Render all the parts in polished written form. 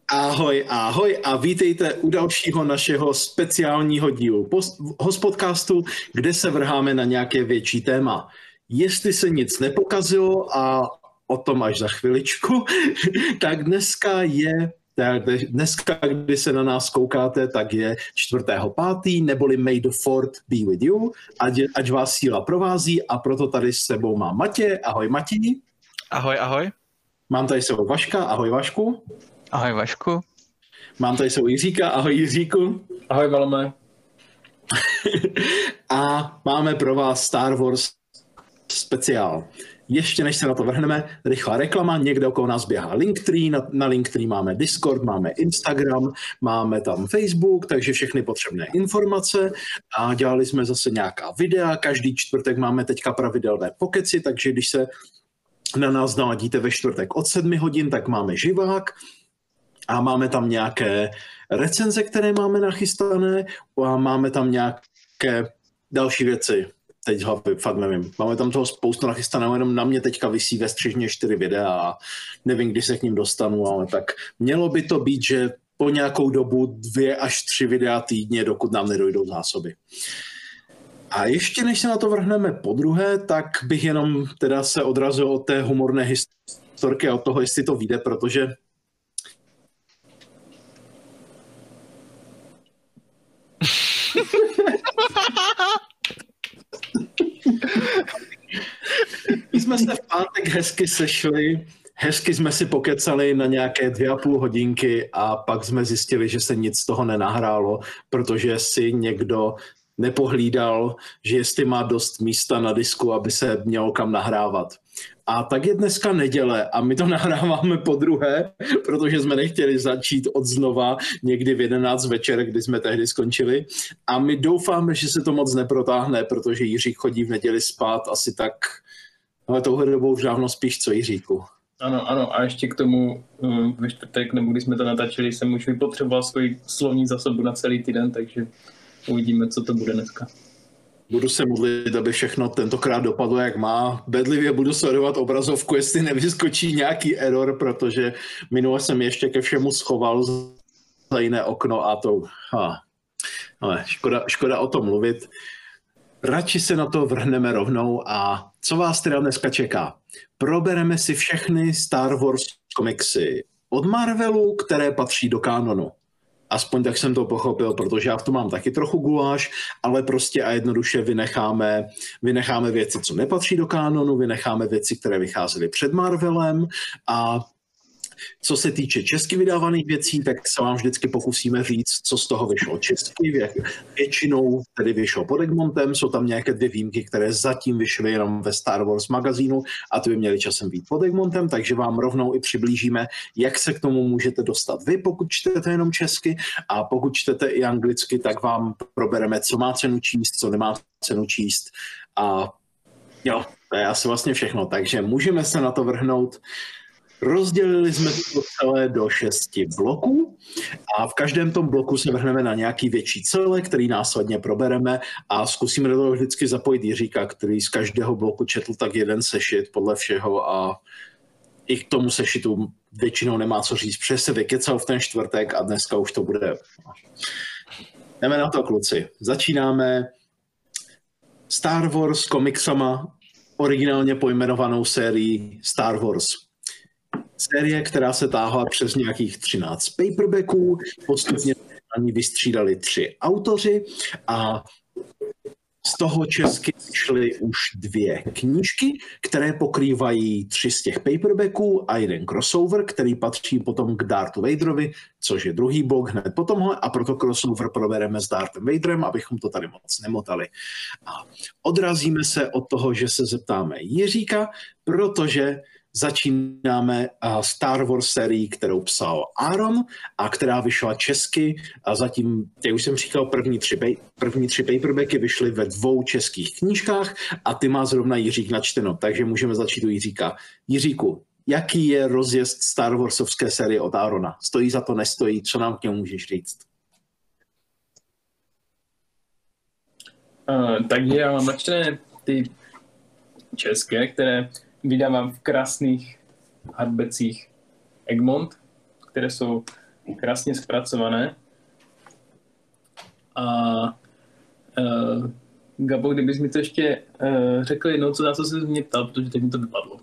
Ahoj, ahoj a vítejte u dalšího našeho speciálního dílu Hospodcastu, kde se vrháme na nějaké větší téma. Jestli se nic nepokazilo a o tom až za chviličku, tak dneska, kdy se na nás koukáte, tak je 4.5., neboli May the Fourth be with you, ať vás síla provází, a proto tady s sebou mám Matě. Ahoj Matí. Ahoj, ahoj. Mám tady sebou Vaška. Ahoj Vašku. Ahoj Vašku. Mám tady sebou Jiříka. Ahoj Jiříku. Ahoj Valome. A máme pro vás Star Wars speciál. Ještě než se na to vrhneme, rychlá reklama, někde okolo nás běhá Linktree, na Linktree máme Discord, máme Instagram, máme tam Facebook, takže všechny potřebné informace a dělali jsme zase nějaká videa, každý čtvrtek máme teďka pravidelné pokeci, takže když se na nás naladíte ve čtvrtek od 7 hodin, tak máme živák a máme tam nějaké recenze, které máme nachystané a máme tam nějaké další věci. Teď hlavy fakt nevím. Máme tam toho spoustu nachystaného, jenom na mě teďka visí ve střižně 4 videa a nevím, kdy se k ním dostanu, ale tak mělo by to být, že po nějakou dobu 2 až 3 videa týdně, dokud nám nedojdou zásoby. A ještě než se na to vrhneme podruhé, tak bych jenom teda se odrazil od té humorné historky a od toho, jestli to vyjde, protože my jsme se v pátek hezky sešli, hezky jsme si pokecali na nějaké 2,5 hodinky a pak jsme zjistili, že se nic z toho nenahrálo, protože si někdo nepohlídal, že jestli má dost místa na disku, aby se mělo kam nahrávat. A tak je dneska neděle a my to nahráváme podruhé, protože jsme nechtěli začít od znova někdy v 11 večer, kdy jsme tehdy skončili. A my doufáme, že se to moc neprotáhne, protože Jiřík chodí v neděli spát asi tak, ale touhle dobou už dávno spíš, co Jiříku. Ano, a ještě k tomu ve čtvrtek, nebo když jsme to natáčeli, jsem už vypotřeboval svoji slovní zásobu na celý týden, takže uvidíme, co to bude dneska. Budu se modlit, aby všechno tentokrát dopadlo, jak má. Bedlivě budu sledovat obrazovku, jestli nevyskočí nějaký error, protože minule jsem ještě ke všemu schoval za jiné okno a to... Ale škoda o tom mluvit. Radši se na to vrhneme rovnou a co vás teda dneska čeká? Probereme si všechny Star Wars komiksy od Marvelu, které patří do kánonu. Aspoň tak jsem to pochopil, protože já v tom mám taky trochu guláš, ale prostě a jednoduše vynecháme věci, co nepatří do kánonu, vynecháme věci, které vycházely před Marvelem a co se týče česky vydávaných věcí, tak se vám vždycky pokusíme říct, co z toho vyšlo česky. Většinou tedy vyšlo pod Egmontem, jsou tam nějaké 2 výjimky, které zatím vyšly jenom ve Star Wars magazínu a ty by měly časem být pod Egmontem, takže vám rovnou i přiblížíme, jak se k tomu můžete dostat vy, pokud čtete jenom česky, a pokud čtete i anglicky, tak vám probereme, co má cenu číst, co nemá cenu číst a jo, to je asi vlastně všechno, takže můžeme se na to vrhnout. Rozdělili jsme to celé do 6 bloků a v každém tom bloku se vrhneme na nějaký větší celek, který následně probereme a zkusíme do toho vždycky zapojit Jiříka, který z každého bloku četl tak jeden sešit podle všeho a i k tomu sešitu většinou nemá co říct, protože se vykecal v ten čtvrtek a dneska už to bude. Jdeme na to, kluci. Začínáme Star Wars komiksama, originálně pojmenovanou sérií Star Wars. Série, která se táhla přes nějakých 13 paperbacků, postupně na ní vystřídali 3 autoři a z toho česky vyšly už 2 knížky, které pokrývají 3 z těch paperbacků a 1 crossover, který patří potom k Darthu Vaderovi, což je druhý blok hned po tomhle, a proto crossover probereme s Darthem Vaderem, abychom to tady moc nemotali. A odrazíme se od toho, že se zeptáme Jiříka, protože začínáme Star Wars sérii, kterou psal Aaron a která vyšla česky a zatím, jak už jsem říkal, první 3 paperbacky vyšly ve 2 českých knížkách a ty má zrovna Jiřík načteno, takže můžeme začít u Jiříka. Jiříku, jaký je rozjezd Star Warsovské série od Aarona? Stojí za to, nestojí? Co nám k němu můžeš říct? Takže já mám načtené ty české, které vydávám v krásných hardbackích Egmont, které jsou krásně zpracované. A Gabo, kdybys mi to ještě řekl jednou, na co jsi mě ptal, protože teď mi to vypadlo.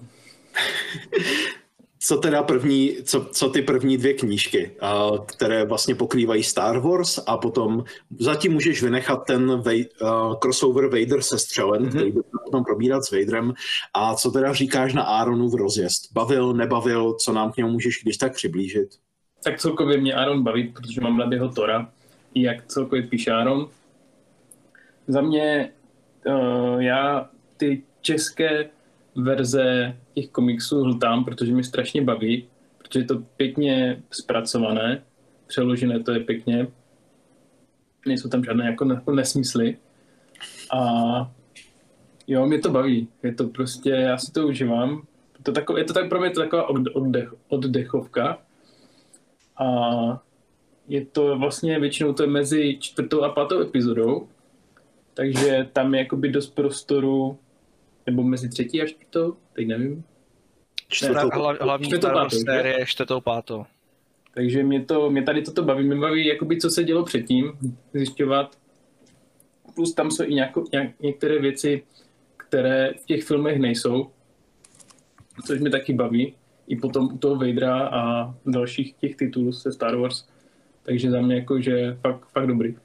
Co ty první dvě knížky, které vlastně pokrývají Star Wars a potom zatím můžeš vynechat ten crossover Vader se střelen, který budeme potom probírat s Vaderem. A co teda říkáš na Aaronův rozjezd? Bavil, nebavil, co nám k němu můžeš když tak přiblížit? Tak celkově mě Aaron baví, protože mám rád jeho Tora, i jak celkově píše Aaron. Za mě já ty české verze těch komiksů hltám, protože mě strašně baví, protože je to pěkně zpracované, přeložené to je pěkně, nejsou tam žádné jako nesmysly a jo, mě to baví, je to prostě, já si to užívám, je to tak pro mě to taková oddechovka a je to vlastně většinou to je mezi 4. a 5. epizodou, takže tam je jakoby dost prostoru, nebo mezi 3. a 4. teď nevím. Hlavní Star Wars série 4. 5. Takže mě tady toto baví. Mě baví, jakoby, co se dělo předtím, zjišťovat. Plus tam jsou i některé věci, které v těch filmech nejsou, což mě taky baví. I potom u toho Vadera a dalších těch titulů se Star Wars. Takže za mě jakože fakt dobrý.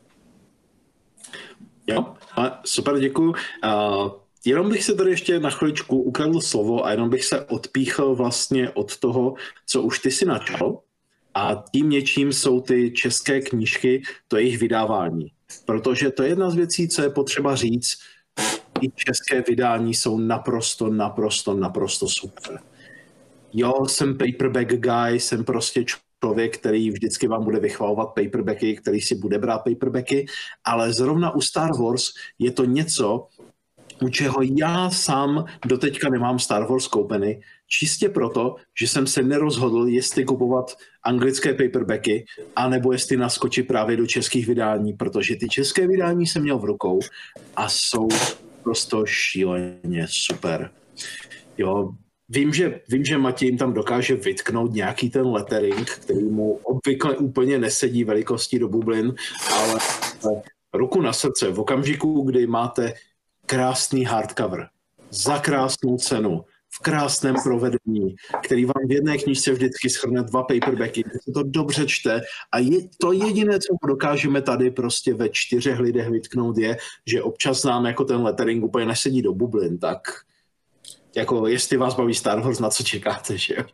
Jo, super, děkuju. Jenom bych se tady ještě na chviličku ukradl slovo a jenom bych se odpíchl vlastně od toho, co už ty si načal. A tím něčím jsou ty české knížky, to jejich vydávání. Protože to je jedna z věcí, co je potřeba říct. I české vydání jsou naprosto super. Jo, jsem paperback guy, jsem prostě člověk, který vždycky vám bude vychvalovat paperbacky, který si bude brát paperbacky, ale zrovna u Star Wars je to něco, u čeho já sám doteďka nemám Star Wars koupený, čistě proto, že jsem se nerozhodl, jestli kupovat anglické paperbacky, anebo jestli naskočit právě do českých vydání, protože ty české vydání jsem měl v rukou a jsou prostě šíleně super. Jo, vím, že Matěj jim tam dokáže vytknout nějaký ten lettering, který mu obvykle úplně nesedí velikostí do bublin, ale ruku na srdce, v okamžiku, kdy máte krásný hardcover za krásnou cenu, v krásném provedení, který vám v jedné knížce vždycky shrne 2 paperbacky, kde se to dobře čte a je to jediné, co dokážeme tady prostě ve 4 lidech vytknout je, že občas nám jako ten lettering úplně nesedí do bublin, tak jako jestli vás baví Star Wars, na co čekáte, že jo?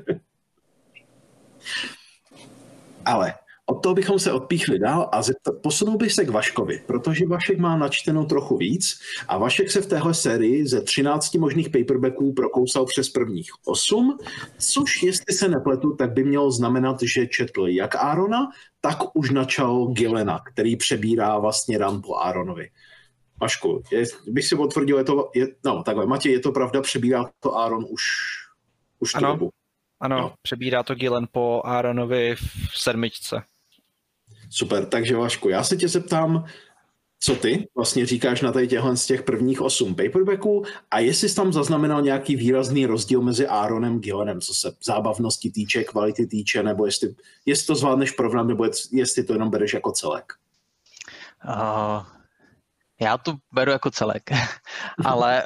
Ale od toho bychom se odpíchli dál a posunul bych se k Vaškovi, protože Vašek má načteno trochu víc a Vašek se v téhle sérii ze 13 možných paperbacků prokousal přes prvních 8, což jestli se nepletu, tak by mělo znamenat, že četl jak Aarona, tak už načal Gillena, který přebírá vlastně run po Aaronovi. Vašku, bych si potvrdil, takhle, Matěj, je to pravda, přebírá to Aaron už tu dobu. Ano, no. Přebírá to Gillen po Aaronovi v 7. Super, takže Vašku, já se tě zeptám, co ty vlastně říkáš na těchhle z těch prvních 8 paperbacků a jestli jsi tam zaznamenal nějaký výrazný rozdíl mezi Aaronem a Gillenem, co se zábavnosti týče, kvality týče, nebo jestli to zvládneš porovnat, nebo jestli to jenom bereš jako celek. Já to beru jako celek, ale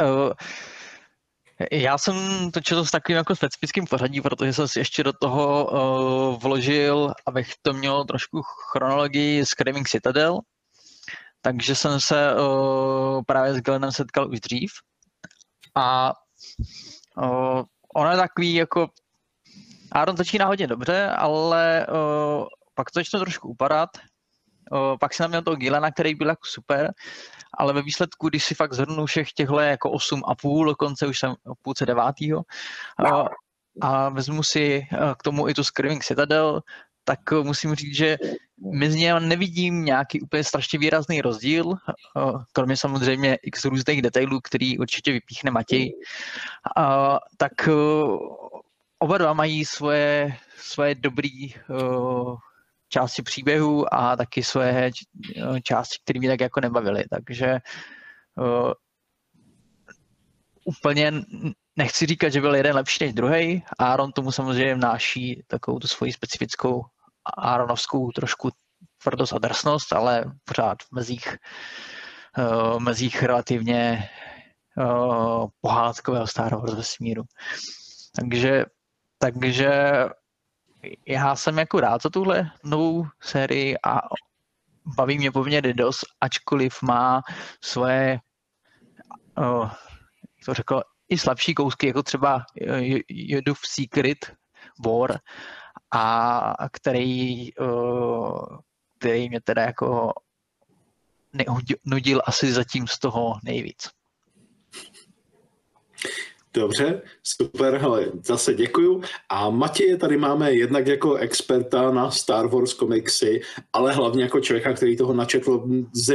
já jsem to četl s takovým jako specifickým pořadí, protože jsem si ještě do toho vložil, abych to měl trošku chronologii Screaming Citadel, takže jsem se právě s Glennem setkal už dřív a ono je takový jako Aaron začíná hodně dobře, ale pak to začne trošku upadat. Pak jsem tam měl toho Gillena, který byl jako super, ale ve výsledku, když si fakt zhrnu všech těchto jako 8,5, dokonce už jsem v půlce 9. A vezmu si k tomu i tu Screaming Citadel, tak musím říct, že mezi něm nevidím nějaký úplně strašně výrazný rozdíl, kromě samozřejmě x různých detailů, který určitě vypíchne Matěj. Tak oba dva mají svoje dobrý části příběhu a taky své části, které mě tak jako nebavily. Takže úplně nechci říkat, že byl jeden lepší než druhý. Aaron tomu samozřejmě vnáší takovou tu svoji specifickou Aaronovskou trošku tvrdost a drsnost, ale pořád v mezích relativně pohádkového Star Wars vesmíru. Takže já jsem jako rád za tuhle novou sérii a baví mě poměrně dost, ačkoliv má svoje, jak to řekl, i slabší kousky, jako třeba Jodův Secret War, a který mě teda jako nudil asi zatím z toho nejvíc. Dobře, super, hele, zase děkuju. A Matěje tady máme jednak jako experta na Star Wars komiksy, ale hlavně jako člověka, který toho načetl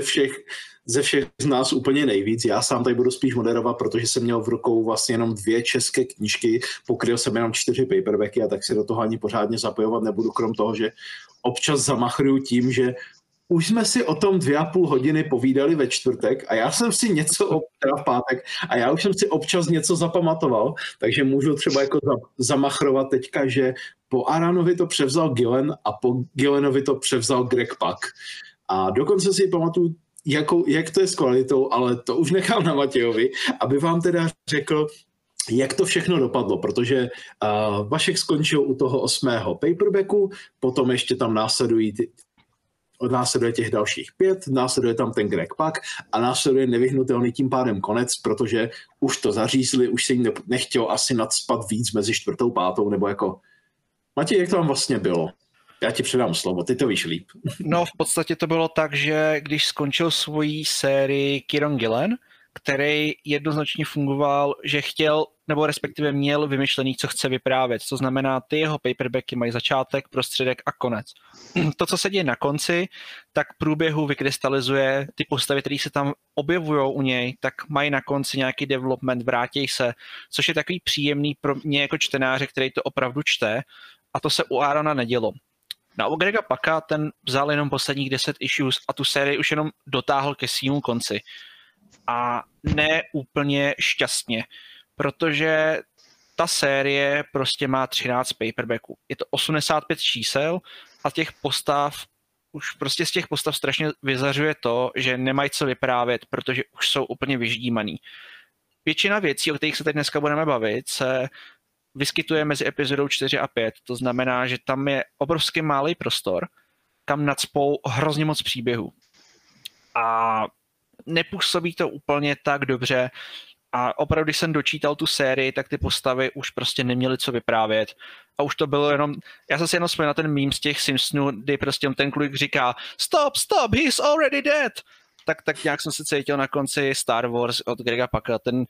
ze všech z nás úplně nejvíc. Já sám tady budu spíš moderovat, protože jsem měl v rukou vlastně jenom 2 české knížky, pokryl jsem jenom 4 paperbacky a tak se do toho ani pořádně zapojovat nebudu, krom toho, že občas zamachruju tím, že už jsme si o tom 2,5 hodiny povídali ve čtvrtek a já jsem si něco, teda v pátek, a já už jsem si občas něco zapamatoval, takže můžu třeba jako zamachrovat teďka, že po Aaronovi to převzal Gillen a po Gillenovi to převzal Greg Pak. A dokonce si pamatuju, jak to je s kvalitou, ale to už nechám na Matějovi, aby vám teda řekl, jak to všechno dopadlo, protože Vašek skončil u toho 8. paperbacku, potom ještě tam následuje těch dalších 5, následuje tam ten Greg Pak a následuje nevyhnutelný tím pádem konec, protože už to zařízli, už se jim nechtělo asi nadspat víc mezi 4. a 5. nebo jako... Matěj, jak to vám vlastně bylo? Já ti předám slovo, ty to víš líp. No, v podstatě to bylo tak, že když skončil svoji sérii Kieron Gillen, který jednoznačně fungoval, že chtěl, nebo respektive měl vymyšlený, co chce vyprávět. To znamená, ty jeho paperbacky mají začátek, prostředek a konec. To, co se děje na konci, tak průběhu vykrystalizuje ty postavy, které se tam objevují u něj, tak mají na konci nějaký development, vrátí se, což je takový příjemný pro mě jako čtenáře, který to opravdu čte, a to se u Aarona nedělo. Na u Grega Paka ten vzal jenom posledních 10 issues a tu sérii už jenom dotáhl ke svému konci. A ne úplně šťastně, protože ta série prostě má 13 paperbacků. Je to 85 čísel a těch postav, už prostě z těch postav strašně vyzařuje to, že nemají co vyprávět, protože už jsou úplně vyždímaný. Většina věcí, o kterých se teď dneska budeme bavit, se vyskytuje mezi epizodou 4 a 5. To znamená, že tam je obrovský malý prostor, kam nacpou hrozně moc příběhů. A nepůsobí to úplně tak dobře a opravdu, když jsem dočítal tu sérii, tak ty postavy už prostě neměly co vyprávět a už to bylo jenom, já jsem si jenom vzpomněl na ten meme z těch Simpsonů, kdy prostě ten kluk říká stop, he's already dead, tak nějak jsem se cítil na konci Star Wars od Grega Paka. Ten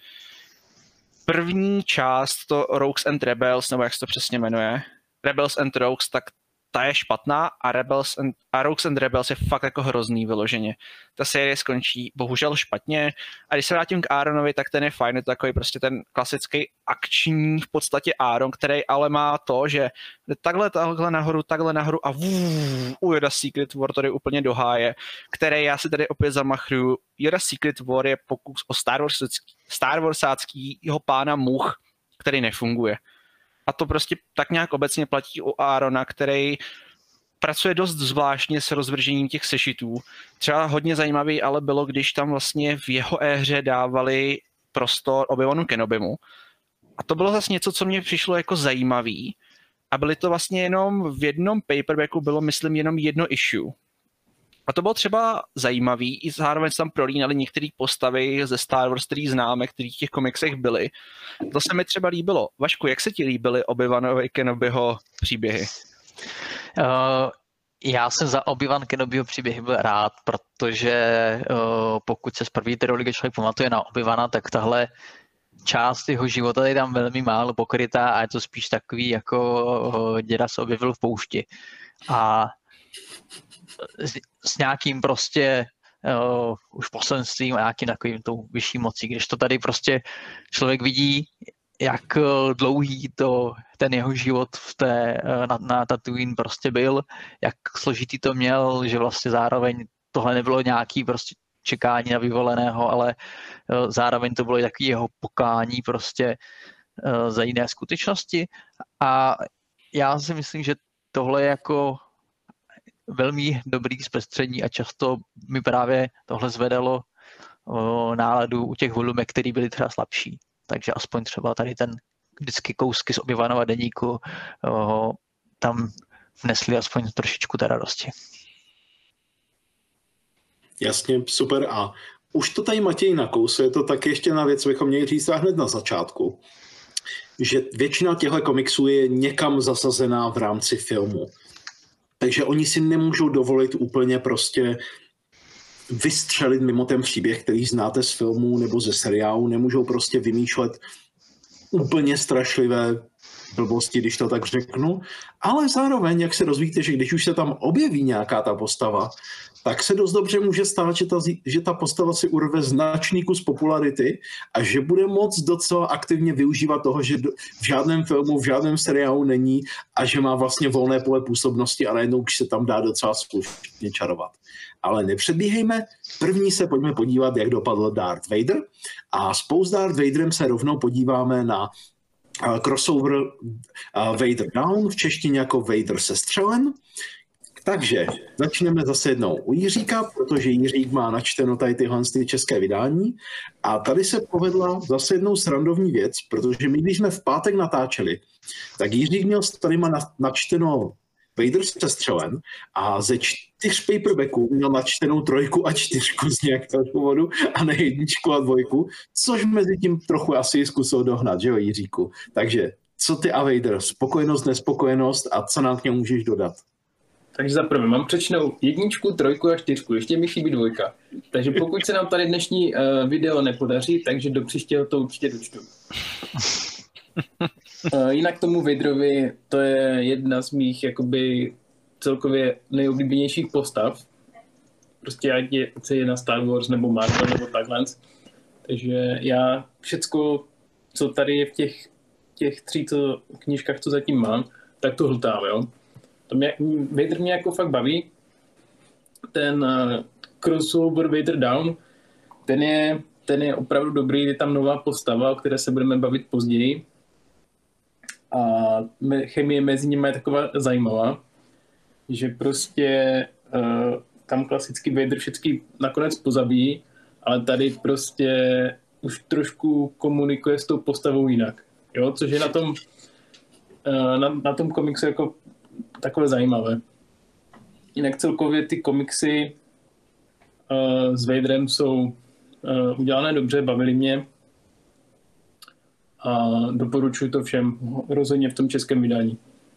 první část, to Rogues and Rebels, nebo jak se to přesně jmenuje, Rebels and Rogues, tak ta je špatná a Rogues and Rebels je fakt jako hrozný vyloženě. Ta série skončí bohužel špatně a když se vrátím k Aaronovi, tak ten je fajn, je to takový prostě ten klasický akční v podstatě Aaron, který ale má to, že takhle nahoru a Yoda Secret War to jde úplně do háje, který já si tady opět zamachruju. Yoda Secret War je pokus o Star Warsáckýho pána much, který nefunguje. A to prostě tak nějak obecně platí u Aarona, který pracuje dost zvláštně s rozvržením těch sešitů. Třeba hodně zajímavý ale bylo, když tam vlastně v jeho éře dávali prostor Obi-Wanu Kenobimu. A to bylo zase něco, co mě přišlo jako zajímavý. A byly to vlastně jenom v jednom paperbacku, bylo myslím jenom jedno issue. A to bylo třeba zajímavý, i zároveň se tam prolínaly některé postavy ze Star Wars, který známe, který v těch komiksech byly. To se mi třeba líbilo. Vašku, jak se ti líbily Obi-Wanovi Kenobiho příběhy? Já jsem za Obi-Wan Kenobiho příběhy byl rád, protože pokud se z první trilogie člověk pamatuje na Obi-Wana, tak tahle část jeho života je tam velmi málo pokrytá a je to spíš takový, jako děda se objevil v poušti. A s nějakým prostě už poselstvím a nějakým takovým tou vyšší mocí, když to tady prostě člověk vidí, jak dlouhý ten jeho život na Tatooine prostě byl, jak složitý to měl, že vlastně zároveň tohle nebylo nějaký prostě čekání na vyvoleného, ale zároveň to bylo i takový jeho pokání prostě za jiné skutečnosti. A já si myslím, že tohle je jako velmi dobrý zpestření a často mi právě tohle zvedalo náladu u těch volumek, které byly třeba slabší. Takže aspoň třeba tady ten vždycky kousky z Obi-Wanova deníku tam vnesli aspoň trošičku té radosti. Jasně, super. A už to tady Matěj nakousuje, to tak ještě na věc bychom měli říct hned na začátku, že většina těchto komiksů je někam zasazená v rámci filmu. Takže oni si nemůžou dovolit úplně prostě vystřelit mimo ten příběh, který znáte z filmu nebo ze seriálu, nemůžou prostě vymýšlet úplně strašlivé blbosti, když to tak řeknu, ale zároveň, jak se dozvíte, že když už se tam objeví nějaká ta postava, tak se dost dobře může stát, že ta postava si urve značný kus popularity a že bude moc docela aktivně využívat toho, že v žádném filmu, v žádném seriálu není a že má vlastně volné pole působnosti a najednou už se tam dá docela slušně čarovat. Ale nepředbíhejme, první se pojďme podívat, jak dopadl Darth Vader a spolu s Darth Vaderem se rovnou podíváme na crossover Vader Down, v češtině jako Vader sestřelen. Takže začneme zase jednou u Jiříka, protože Jiřík má načteno tady tyhle české vydání a tady se povedla zase jednou srandovní věc, protože my, když jsme v pátek natáčeli, tak Jiřík měl s tady načteno Vader sestřelen a ze 4 paperbacků měl načtenou 3 a 4 z nějakého důvodu a ne 1 a 2, což mezi tím trochu asi zkusil dohnat, že jo, Jiříku? Takže co ty a Vader, spokojenost, nespokojenost a co nám k němu můžeš dodat? Takže zaprvé mám přečnou 1, 3 a 4, ještě mi chybí 2. Takže pokud se nám tady dnešní video nepodaří, takže do příštího to určitě dočtu. Jinak tomu Vaderovi, to je jedna z mých jakoby celkově nejoblíbenějších postav. Prostě ať je na Star Wars nebo Marvel nebo takhle. Takže já všecko, co tady je v těch 3 knížkách, co zatím mám, tak to hltám, jo. Vader mě jako fakt baví. Ten crossover Vader Down, ten je opravdu dobrý, je tam nová postava, o které se budeme bavit později. A chemie mezi nimi je taková zajímavá, že prostě tam klasický Vader všechny nakonec pozabíjí, ale tady prostě už trošku komunikuje s tou postavou jinak. Jo? Což je na tom komiksu jako takové zajímavé. Jinak celkově ty komiksy s Vaderem jsou udělané dobře, bavily mě a doporučuji to všem, rozhodně v tom českém vydání.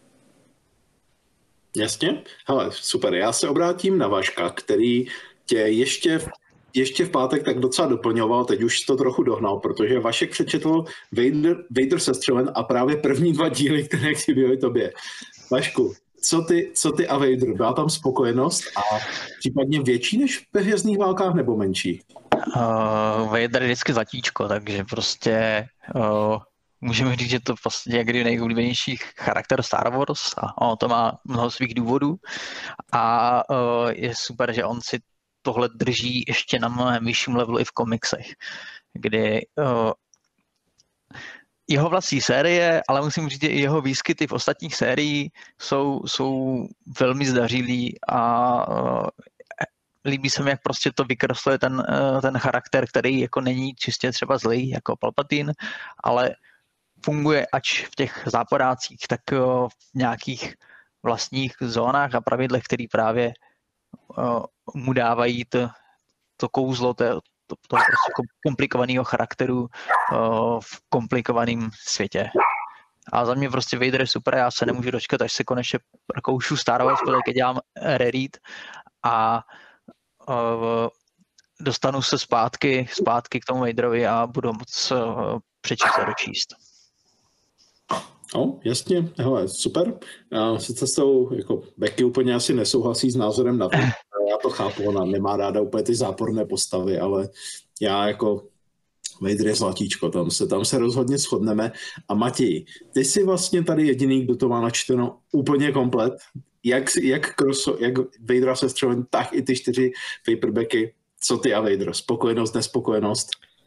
Jasně? Hele, super. Já se obrátím na Vaška, který tě ještě v pátek tak docela doplňoval, teď už to trochu dohnal, protože Vašek přečetl Vader sestřelen a právě první 2 díly, které chyběly tobě. Vašku, co ty a Vader? Byla tam spokojenost a případně větší než ve Hvězdných válkách nebo menší? Vader je vždycky zlatíčko, takže prostě můžeme říct, že to vlastně někdy nejoblíbenější charakter Star Wars a ono to má mnoho svých důvodů a je super, že on si tohle drží ještě na mnohem vyšším levelu i v komiksech, kdy jeho vlastní série, ale musím říct, že i jeho výskyty v ostatních sériích jsou velmi zdařilý a líbí se mi, jak prostě to vykresluje ten charakter, který jako není čistě třeba zlý, jako Palpatine, ale funguje ač v těch záporácích, tak v nějakých vlastních zónách a pravidlech, které právě mu dávají to kouzlo to prostě komplikovaného charakteru v komplikovaném světě. A za mě prostě Vader je super, já se nemůžu dočkat, až se konečně prokoušu Star Wars, protože dělám reread a dostanu se zpátky k tomu Vaderovi a budu moc přečíst a dočíst. No, jasně, hele, super. Sice s tou, jako Becky úplně asi nesouhlasí s názorem na to. Já to chápu, ona nemá ráda úplně ty záporné postavy, ale já jako Vader je zlatíčko, tam se rozhodně shodneme. A Matěj, ty jsi vlastně tady jediný, kdo to má načteno úplně komplet. Jak Vadera sestřelen, tak i ty 4 paperbacky. Co ty a Vader? Spokojenost, nespokojenost?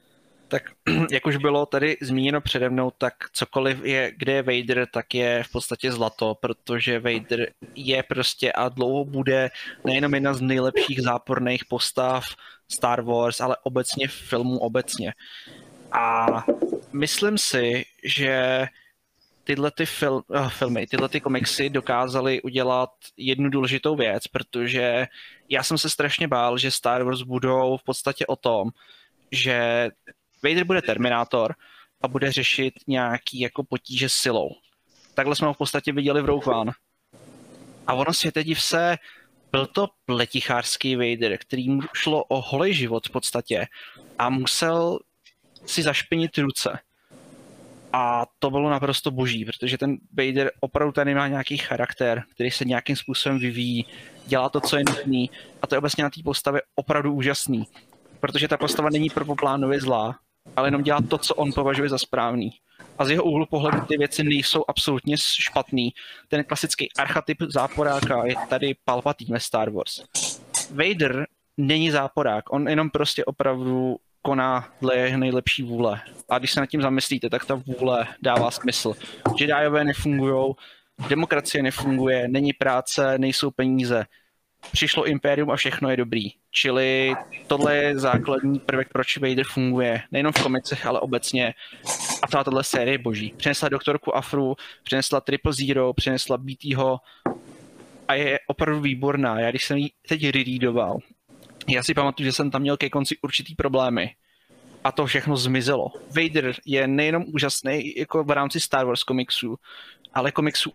Tak jak už bylo tady zmíněno přede mnou, tak cokoliv je, kde je Vader, tak je v podstatě zlato, protože Vader je prostě a dlouho bude nejenom jedna z nejlepších záporných postav Star Wars, ale obecně filmů obecně. A myslím si, že tyhle filmy, tyhle komiksy dokázaly udělat jednu důležitou věc, protože já jsem se strašně bál, že Star Wars budou v podstatě o tom, že Vader bude Terminátor a bude řešit nějaký jako potíže silou. Takhle jsme ho v podstatě viděli v Rogue One. A ono světe div se, byl to pletichářský Vader, kterým šlo o holý život v podstatě a musel si zašpinit ruce. A to bylo naprosto boží, protože ten Vader opravdu tady má nějaký charakter, který se nějakým způsobem vyvíjí, dělá to, co je nutný a to je obecně na té postavě opravdu úžasný. Protože ta postava není prvoplánově zlá, ale jenom dělá to, co on považuje za správný. A z jeho úhlu pohledu ty věci nejsou absolutně špatný. Ten klasický archetyp záporáka je tady Palpatine ve Star Wars. Vader není záporák, on jenom prostě opravdu koná dle jeho nejlepší vůle. A když se nad tím zamyslíte, tak ta vůle dává smysl. Jediové nefungujou, demokracie nefunguje, není práce, nejsou peníze. Přišlo impérium a všechno je dobrý. Čili tohle je základní prvek, proč Vader funguje. Nejenom v komiksech, ale obecně. A celá tato série je boží. Přinesla doktorku Afru, přinesla Triple Zero, přinesla BTho a je opravdu výborná. Já když jsem ji teď rereadoval, já si pamatuju, že jsem tam měl ke konci určitý problémy. A to všechno zmizelo. Vader je nejenom úžasný jako v rámci Star Wars komiksů, ale komiksů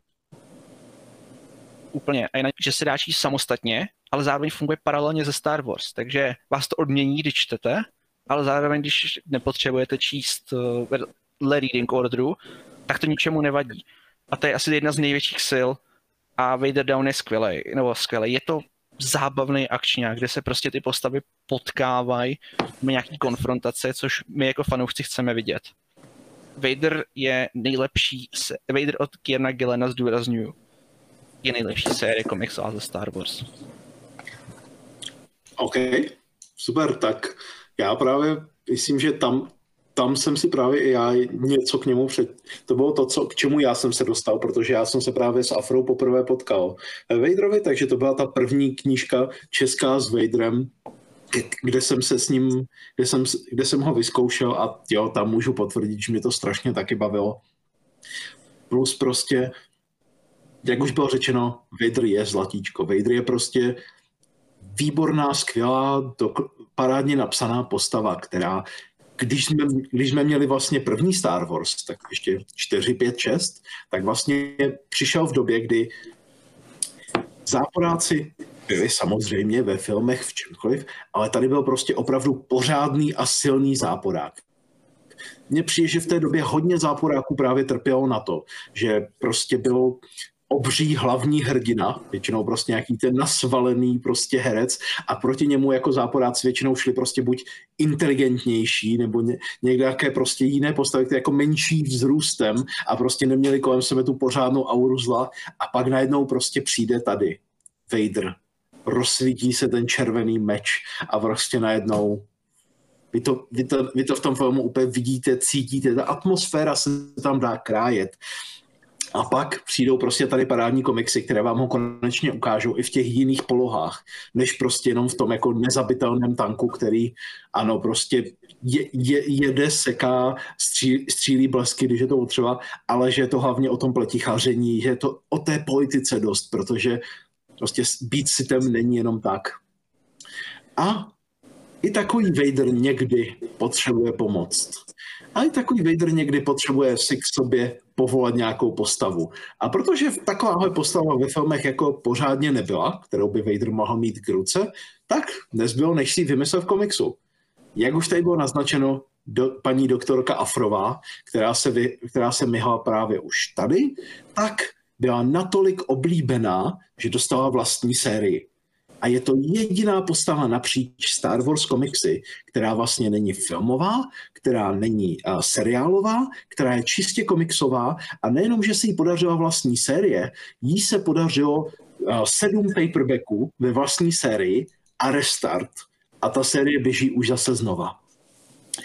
úplně. A jinak, že se dá číst samostatně, ale zároveň funguje paralelně ze Star Wars. Takže vás to odmění, když čtete, ale zároveň, když nepotřebujete číst dle reading orderu, tak to ničemu nevadí. A to je asi jedna z největších sil a Vader Down je skvělej. Je to zábavný akčňák, kde se prostě ty postavy potkávají, má nějaký konfrontace, což my jako fanoušci chceme vidět. Vader je nejlepší, Vader od Kierna Gillena zdůrazňuju, je nejlepší série komiksů ze Star Wars. OK, super, tak já právě myslím, že tam jsem si právě i já něco k němu to bylo to, k čemu já jsem se dostal, protože já jsem se právě s Afrou poprvé potkal Vaderovi, takže to byla ta první knížka česká s Vaderem, kde jsem se s ním, kde jsem ho vyzkoušel a jo, tam můžu potvrdit, že mě to strašně taky bavilo. Plus prostě, jak už bylo řečeno, Vader je zlatíčko. Vader je prostě výborná, skvělá, parádně napsaná postava, která když jsme měli vlastně první Star Wars, tak ještě 4, 5, 6, tak vlastně přišel v době, kdy záporáci byli samozřejmě ve filmech, v čemkoliv, ale tady byl prostě opravdu pořádný a silný záporák. Mně přijde, že v té době hodně záporáků právě trpělo na to, že prostě byl obří hlavní hrdina, většinou prostě nějaký ten nasvalený prostě herec a proti němu jako záporáci většinou šli prostě buď inteligentnější nebo nějaké prostě jiné postavy, které jako menší vzrůstem a prostě neměli kolem sebe tu pořádnou auru zla a pak najednou prostě přijde tady Vader, rozsvítí se ten červený meč a prostě najednou vy to v tom filmu úplně vidíte, cítíte, ta atmosféra se tam dá krájet. A pak přijdou prostě tady parádní komiksy, které vám ho konečně ukážou i v těch jiných polohách, než prostě jenom v tom jako nezabitelném tanku, který ano, prostě jede, seká, střílí blesky, když je to potřeba, ale že je to hlavně o tom pletichaření, že je to o té politice dost, protože prostě být sitem není jenom tak. A i takový Vader někdy potřebuje pomoct. A i takový Vader někdy potřebuje si k sobě povolat nějakou postavu. A protože takováhle postava ve filmech jako pořádně nebyla, kterou by Vader mohl mít k ruce, tak nezbylo, než si vymyslet v komiksu. Jak už tady bylo naznačeno, paní doktorka Afrová, která se myhla právě už tady, tak byla natolik oblíbená, že dostala vlastní sérii. A je to jediná postava napříč Star Wars komiksy, která vlastně není filmová, která není seriálová, která je čistě komiksová a nejenom, že se jí podařila vlastní série, jí se podařilo 7 paperbacků ve vlastní sérii a restart. A ta série běží už zase znova.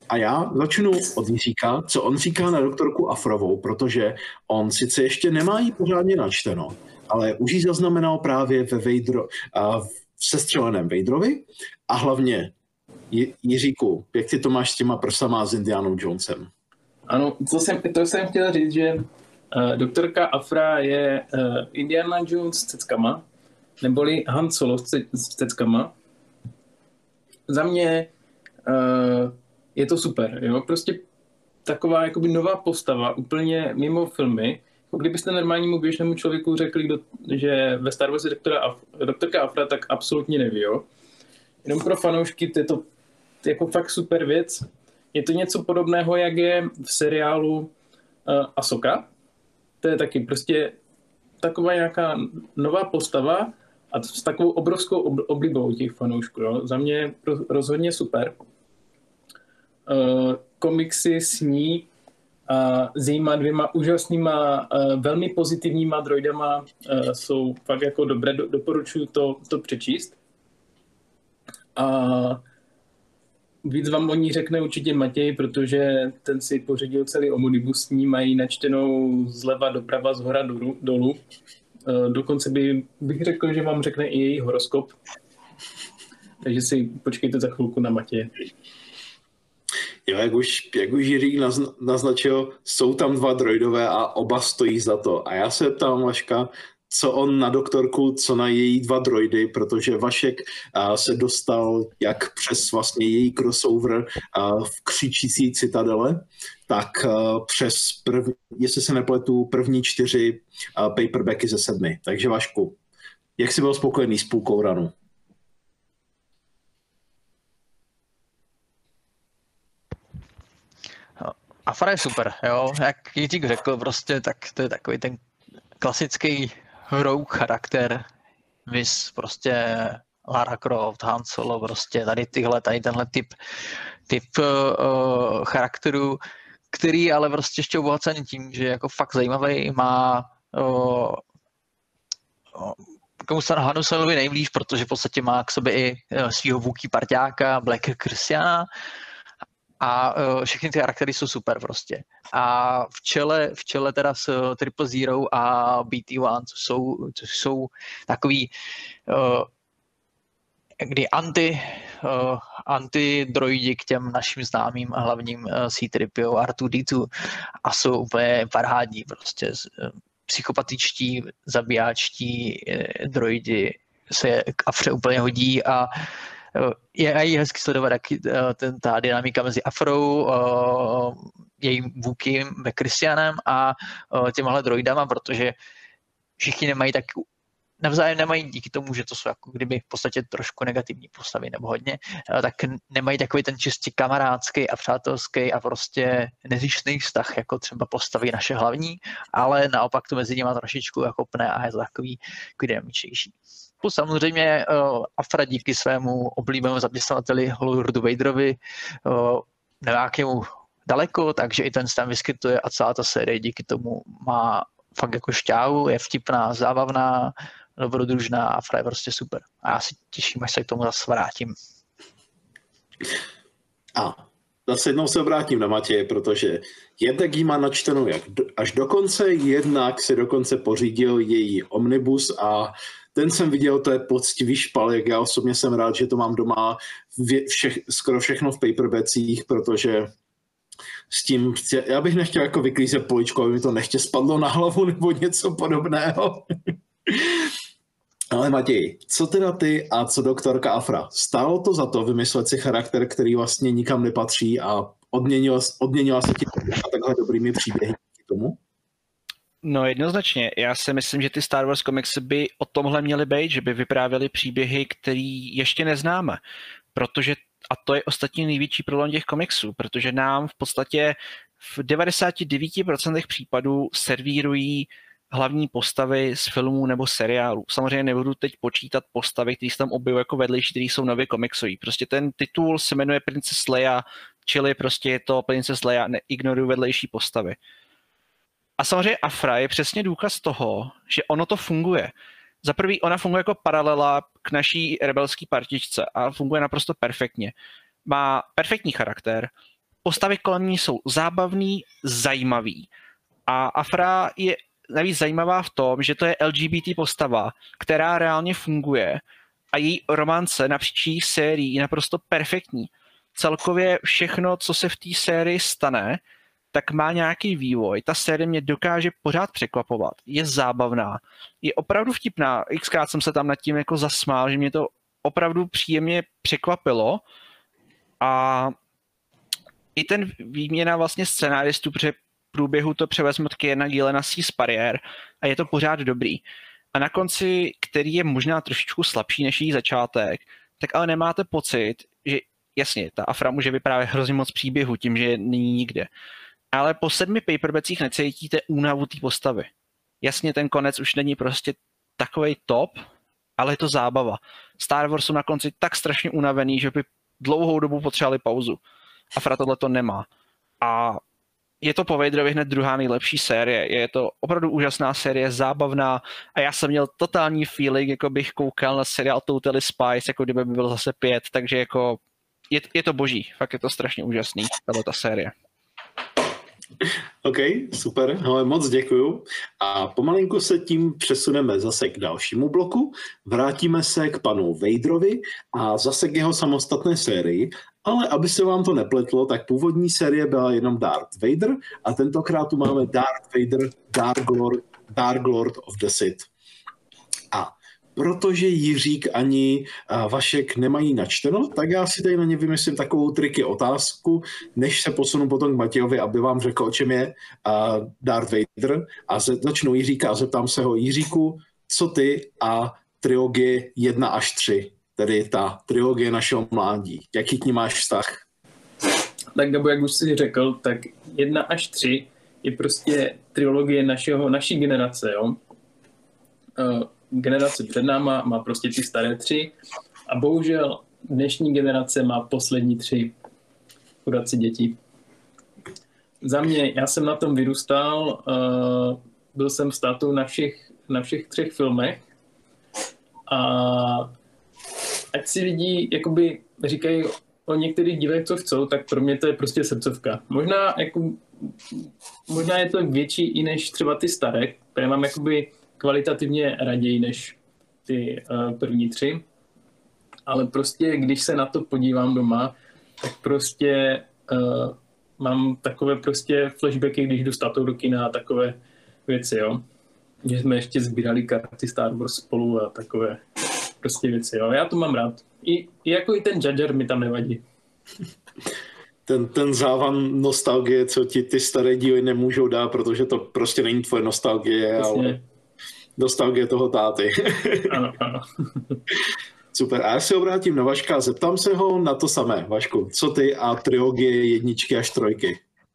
A já začnu od Jiříka, co on říká na doktorku Afrovou, protože on sice ještě nemá jí pořádně načteno, ale už ji zaznamenal právě v sestřeleném Vaderovi a hlavně Jiříku, jak ty to máš s těma prsama s Indianou Jonesem? Ano, to jsem chtěl říct, že doktorka Afra je Indiana Jones s ceckama, neboli Han Solo s ceckama. Za mě je to super, jo? Prostě taková jakoby nová postava, úplně mimo filmy. Kdybyste normálnímu běžnému člověku řekli, že ve Star Wars je doktorka Afra, tak absolutně neví, jo? Jenom pro fanoušky je to jako fakt super věc. Je to něco podobného, jak je v seriálu Ahsoka. To je taky prostě taková nějaká nová postava a s takovou obrovskou oblibou těch fanoušků. Jo? Za mě rozhodně super. Komiksy s ní a s jejíma dvěma úžasnýma, velmi pozitivníma droidama jsou fakt jako dobré, doporučuji to přečíst. A víc vám o ní řekne určitě Matěj, protože ten si pořídil celý omnibus s ní, mají načtenou zleva doprava, zhora dolů. Dokonce bych řekl, že vám řekne i její horoskop. Takže si počkejte za chvilku na Matěje. Jo, jak už Jiří naznačil, jsou tam 2 droidové a oba stojí za to. A já se ptám Vaška, co on na doktorku, co na její 2 droidy, protože Vašek se dostal jak přes vlastně její crossover v Křičící citadele, tak přes, jestli se nepletu, první 4 paperbacky ze 7. Takže Vašku, jak jsi byl spokojený s půlkou ranu? Afra je super, jo, jak Jiřík řekl, prostě, tak to je takový ten klasický rogue charakter, vys prostě Lara Croft, Han Solo, prostě tady tenhle typ charakterů, který ale prostě ještě obohacený tím, že je jako fakt zajímavý, má komu se Hanu Solovi nejblíž, protože v podstatě má k sobě i svýho vůký parťáka, Black Christiana, a všechny ty charaktery jsou super prostě. A v čele teda s Triple Zero a BT-1, což jsou takový kdy anti-droidi k těm našim známým a hlavním C-3PO R2-D2 a jsou úplně parhádní prostě. Psychopatičtí, zabijáčtí droidi se k Afře úplně hodí a je hezky sledovat ta dynamika mezi Afrou, jejím Wookiem, Christianem a těmahle droidama, protože všichni navzájem nemají díky tomu, že to jsou jako kdyby v podstatě trošku negativní postavy nebo hodně, tak nemají takový ten čistě kamarádský a přátelský a prostě nezištný vztah, jako třeba postavy naše hlavní, ale naopak to mezi nimi trošičku jako pne a je to takový dynamičnější. Plus samozřejmě Afra díky svému oblíbenému zaměstnavateli Lordu Vaderovi nějakému daleko, takže i ten se tam vyskytuje a celá ta série díky tomu má fakt jako šťávu, je vtipná, zábavná, dobrodružná a Afra je prostě super. A já si těším, až se k tomu zase vrátím. A zase jednou se obrátím na Matěje, protože jednak jí má načtenou až do konce, jednak si dokonce pořídil její omnibus a ten jsem viděl, to je poctivý špalek. Já osobně jsem rád, že to mám doma skoro všechno v paperbacích, protože s tím, já bych nechtěl jako vyklízet poličku, aby mi to nechtě spadlo na hlavu nebo něco podobného. Ale Matěj, co teda ty a co doktorka Afra? Stálo to za to vymyslet si charakter, který vlastně nikam nepatří a odměnila se ti takhle dobrými příběhy k tomu? No jednoznačně. Já si myslím, že ty Star Wars komiksy by o tomhle měly být, že by vyprávěly příběhy, který ještě neznáme. Protože, a to je ostatně největší problém těch komiksů, protože nám v podstatě v 99% případů servírují hlavní postavy z filmů nebo seriálů. Samozřejmě nebudu teď počítat postavy, které se tam objevují jako vedlejší, které jsou nově komiksový. Prostě ten titul se jmenuje Princess Leia, čili prostě je to Princess Leia, neignoruju vedlejší postavy. A samozřejmě Afra je přesně důkaz toho, že ono to funguje. Za prvý, ona funguje jako paralela k naší rebelské partičce a funguje naprosto perfektně. Má perfektní charakter, postavy kolem ní jsou zábavný, zajímavý. A Afra je navíc zajímavá v tom, že to je LGBT postava, která reálně funguje a její romance napříč sérií je naprosto perfektní. Celkově všechno, co se v té sérii stane, tak má nějaký vývoj. Ta série mě dokáže pořád překvapovat. Je zábavná. Je opravdu vtipná. Xkrát jsem se tam nad tím jako zasmál, že mě to opravdu příjemně překvapilo. A i ten výměna vlastně scenáristů, protože průběhu to převezme od Kiana Gillena z Sparier a je to pořád dobrý. A na konci, který je možná trošičku slabší než její začátek, tak ale nemáte pocit, že jasně, ta Afra může vyprávět hrozně moc příběhu tím, že není nikde. Ale po 7 paperbacích necítíte únavu té postavy. Jasně, ten konec už není prostě takovej top, ale je to zábava. Star Wars jsou na konci tak strašně unavený, že by dlouhou dobu potřebovali pauzu. Afra tohle to nemá. A je to po Vaderovi hned druhá nejlepší série. Je to opravdu úžasná série, zábavná a já jsem měl totální feeling, jako bych koukal na seriál Totally Spies, jako kdyby by byl zase 5, takže jako je to boží, fakt je to strašně úžasný, ta série. OK, super, ale moc děkuju. A pomalinku se tím přesuneme zase k dalšímu bloku. Vrátíme se k panu Vaderovi a zase k jeho samostatné sérii. Ale aby se vám to nepletlo, tak původní série byla jenom Darth Vader a tentokrát tu máme Darth Vader, Dark Lord of the Sith. A protože Jiřík ani Vašek nemají načteno, tak já si tady na ně vymyslím takovou triky otázku, než se posunu potom k Matějovi, aby vám řekl, o čem je Darth Vader. A začnu Jiříka a zeptám se ho, Jiříku, co ty a trilogie 1 až 3, tedy ta trilogie našeho mládí. Jaký k ní máš vztah? Tak Gabo, jak už jsi řekl, tak 1 až 3 je prostě trilogie naší generace, jo? Generace před náma má prostě ty staré 3 a bohužel dnešní generace má poslední 3. Chudáci děti. Za mě, já jsem na tom vyrůstal, byl jsem s tátou na všech 3 filmech a ať si lidi jakoby říkají o některých dílech, co chcou, tak pro mě to je prostě srdcovka. Možná je to větší i než třeba ty staré, které mám jakoby kvalitativně raději než ty první 3, ale prostě když se na to podívám doma, tak prostě mám takové prostě flashbacky, když jdu s tátou do kina a takové věci, jo. Že jsme ještě sbírali karty Star Wars spolu a takové prostě věci, jo. Já to mám rád. I jako i ten Jar Jar mi tam nevadí. Ten závan nostalgie, co ti ty staré díly nemůžou dát, protože to prostě není tvoje nostalgie, Jasně. Ale nostalgie toho táty. Ano, ano. Super, a já se obrátím na Vaška a zeptám se ho na to samé. Vašku, co ty a trilogie 1 až 3?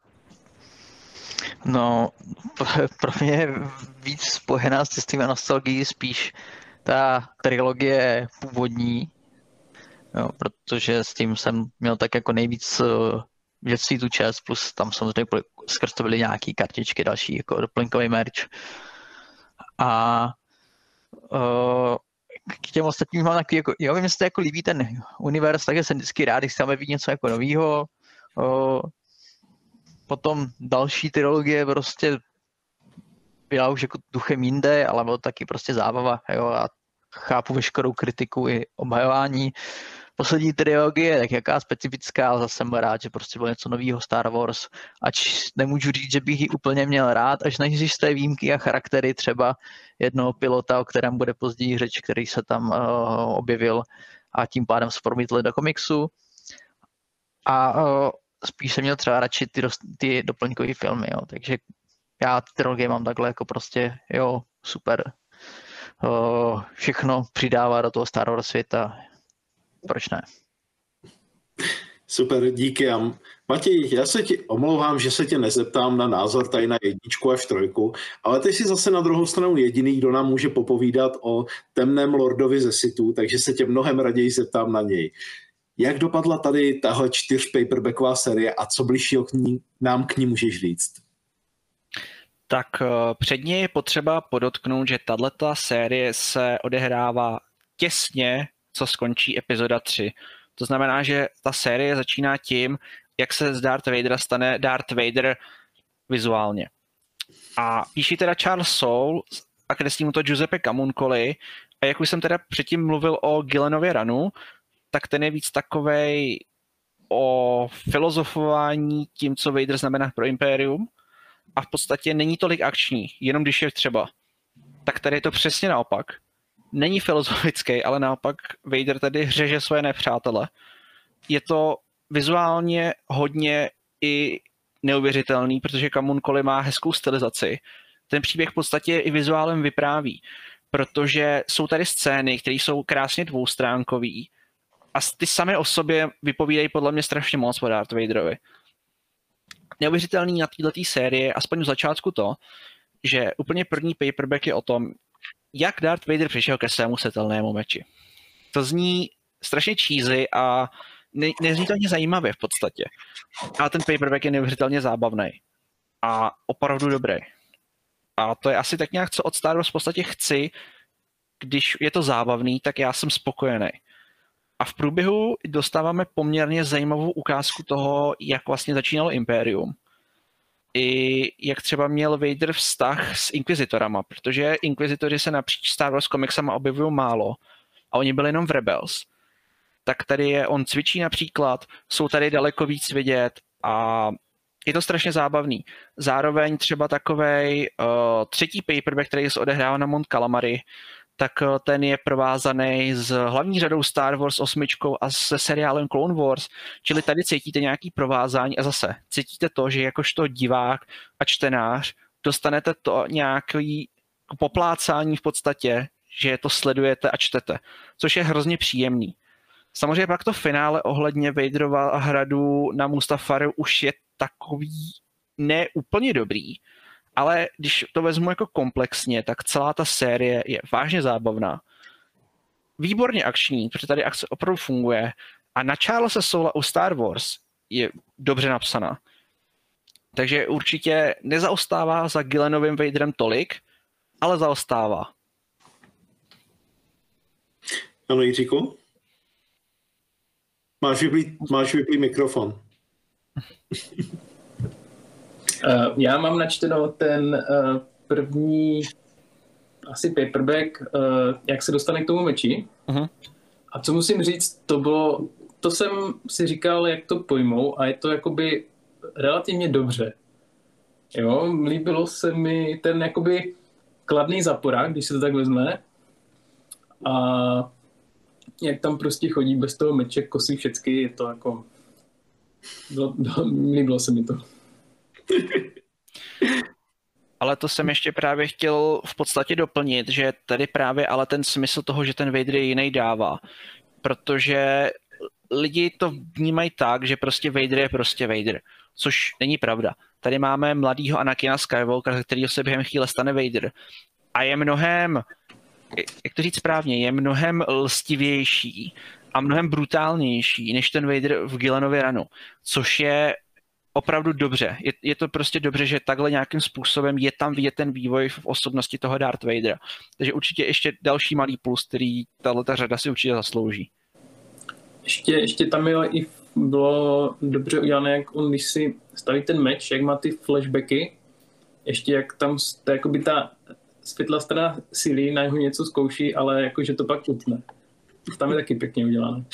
No, pro mě je víc spojená s cestou a nostalgií spíš ta trilogie původní, jo, protože s tím jsem měl tak jako nejvíc v dětství tu čest, plus tam samozřejmě skrz to byly nějaký kartičky, další jako doplňkový merch. A k těm ostatním mám takový, jako, jo, mně se to jako líbí ten univerz, takže jsem vždycky rád, když se tam objeví něco jako novýho. Potom další trilogie prostě byla už jako duchem jinde, ale bylo taky prostě zábava, jo, a chápu veškerou kritiku i obhajování. Poslední trilogie, tak jaká specifická, ale zase jsem rád, že prostě bylo něco novýho Star Wars, ač nemůžu říct, že bych ji úplně měl rád, až na té výjimky a charaktery třeba jednoho pilota, o kterém bude později řeč, který se tam objevil a tím pádem se promítl do komiksu. A spíš jsem měl třeba radši ty doplňkové filmy, jo. Takže já ty trilogie mám takhle jako prostě, jo, super. Všechno přidává do toho Star Wars světa. Proč ne? Super, díky. Matěj, já se ti omlouvám, že se tě nezeptám na názor tady na 1 až 3, ale ty jsi zase na druhou stranu jediný, kdo nám může popovídat o temném lordovi ze Sithů, takže se tě mnohem raději zeptám na něj. Jak dopadla tady tahle 4 paperbacková série a co bližšího nám k ní můžeš říct? Tak předně je potřeba podotknout, že tato série se odehrává těsně, co skončí epizoda 3. To znamená, že ta série začíná tím, jak se z Darth Vadera stane Darth Vader vizuálně. A píší teda Charles Soule a kreslí mu to Giuseppe Camuncoli. A jak už jsem teda předtím mluvil o Gillanově ranu, tak ten je víc takovej o filozofování tím, co Vader znamená pro Imperium. A v podstatě není tolik akční, jenom když je třeba. Tak tady je to přesně naopak. Není filozofický, ale naopak Vader tady řeže svoje nepřátele. Je to vizuálně hodně i neuvěřitelný, protože Camuncoli má hezkou stylizaci. Ten příběh v podstatě i vizuálem vypráví, protože jsou tady scény, které jsou krásně dvoustránkový a ty samé o sobě vypovídají podle mě strašně moc o Darth Vaderovi. Neuvěřitelný na této série, aspoň v začátku to, že úplně první paperback je o tom, jak Darth Vader přišel ke svému světelnému meči. To zní strašně cheesy a nezní to ani zajímavě v podstatě. Ale ten paperback je neuvěřitelně zábavný a opravdu dobrý. A to je asi tak nějak, co od Star Wars v podstatě chci, když je to zábavný, tak já jsem spokojený. A v průběhu dostáváme poměrně zajímavou ukázku toho, jak vlastně začínalo Imperium. I jak třeba měl Vader vztah s Inquisitorama, protože Inquisitori se napříč Star Wars komiksama objevují málo a oni byli jenom v Rebels. Tak tady je, on cvičí například, jsou tady daleko víc vidět a je to strašně zábavný. Zároveň třeba takovej třetí paperback, který se odehrává na Mount Calamari, tak ten je provázaný s hlavní řadou Star Wars 8 a se seriálem Clone Wars, čili tady cítíte nějaký provázání a zase cítíte to, že jakožto divák a čtenář dostanete to nějaký poplácání v podstatě, že to sledujete a čtete, což je hrozně příjemný. Samozřejmě pak to finále ohledně Vaderova hradu na Mustafaru už je takový ne úplně dobrý, ale když to vezmu jako komplexně, tak celá ta série je vážně zábavná. Výborně akční, protože tady akce opravdu funguje a na Charlesa Soula u Star Wars je dobře napsaná. Takže určitě nezaostává za Gillanovým Vaderem tolik, ale zaostává. Ano, Jiříku? Máš vyplý mikrofon. Já mám načteno ten první asi paperback, jak se dostane k tomu meči. Uh-huh. A co musím říct, to jsem si říkal, jak to pojmou a je to jakoby relativně dobře. Jo, líbilo se mi ten jakoby kladný zaporák, když se to tak vezme. A jak tam prostě chodí bez toho meče, kosí všecky, je to jako... Líbilo se mi to. Ale to jsem ještě právě chtěl v podstatě doplnit, že tady právě ale ten smysl toho, že ten Vader je jiný dává. Protože lidi to vnímají tak, že prostě Vader je prostě Vader, což není pravda. Tady máme mladýho Anakina Skywalkera, kterýho se během chvíle stane Vader. A je mnohem, jak to říct správně, je mnohem lstivější a mnohem brutálnější než ten Vader v Gillanově ranu, což je opravdu dobře. Je to prostě dobře, že takhle nějakým způsobem je tam vidět ten vývoj v osobnosti toho Darth Vadera. Takže určitě ještě další malý plus, který tato řada si určitě zaslouží. Ještě tam bylo dobře udělané, jak on, když si staví ten meč, jak má ty flashbacky, ještě jak tam jakoby ta světlá strana síly na jeho něco zkouší, ale jakože to pak utne. Tam je taky pěkně udělané.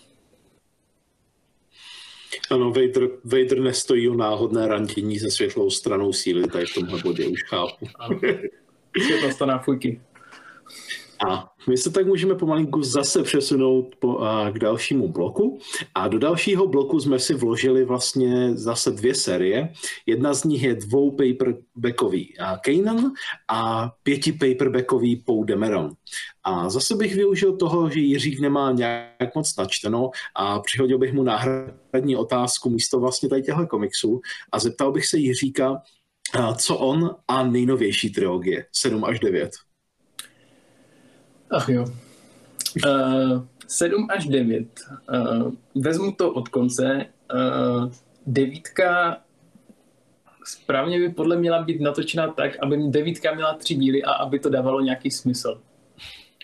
Ano, Vader nestojí o náhodné randění se světlou stranou síly, tady v tomhle bodě už chápu. Světlá strana fujky. A my se tak můžeme pomalinku zase přesunout k dalšímu bloku. A do dalšího bloku jsme si vložili vlastně zase 2 série. Jedna z nich je 2 paperbackový Kanan a 5 paperbackový Poe Dameron. A zase bych využil toho, že Jiřík nemá nějak moc načteno a přihodil bych mu náhradní otázku místo vlastně tady těchto komiksů a zeptal bych se Jiříka, co on a nejnovější trilogie 7 až 9. Ach jo. 7 až 9. Vezmu to od konce. 9 správně by podle měla být natočena tak, aby 9 měla 3 díly a aby to dávalo nějaký smysl.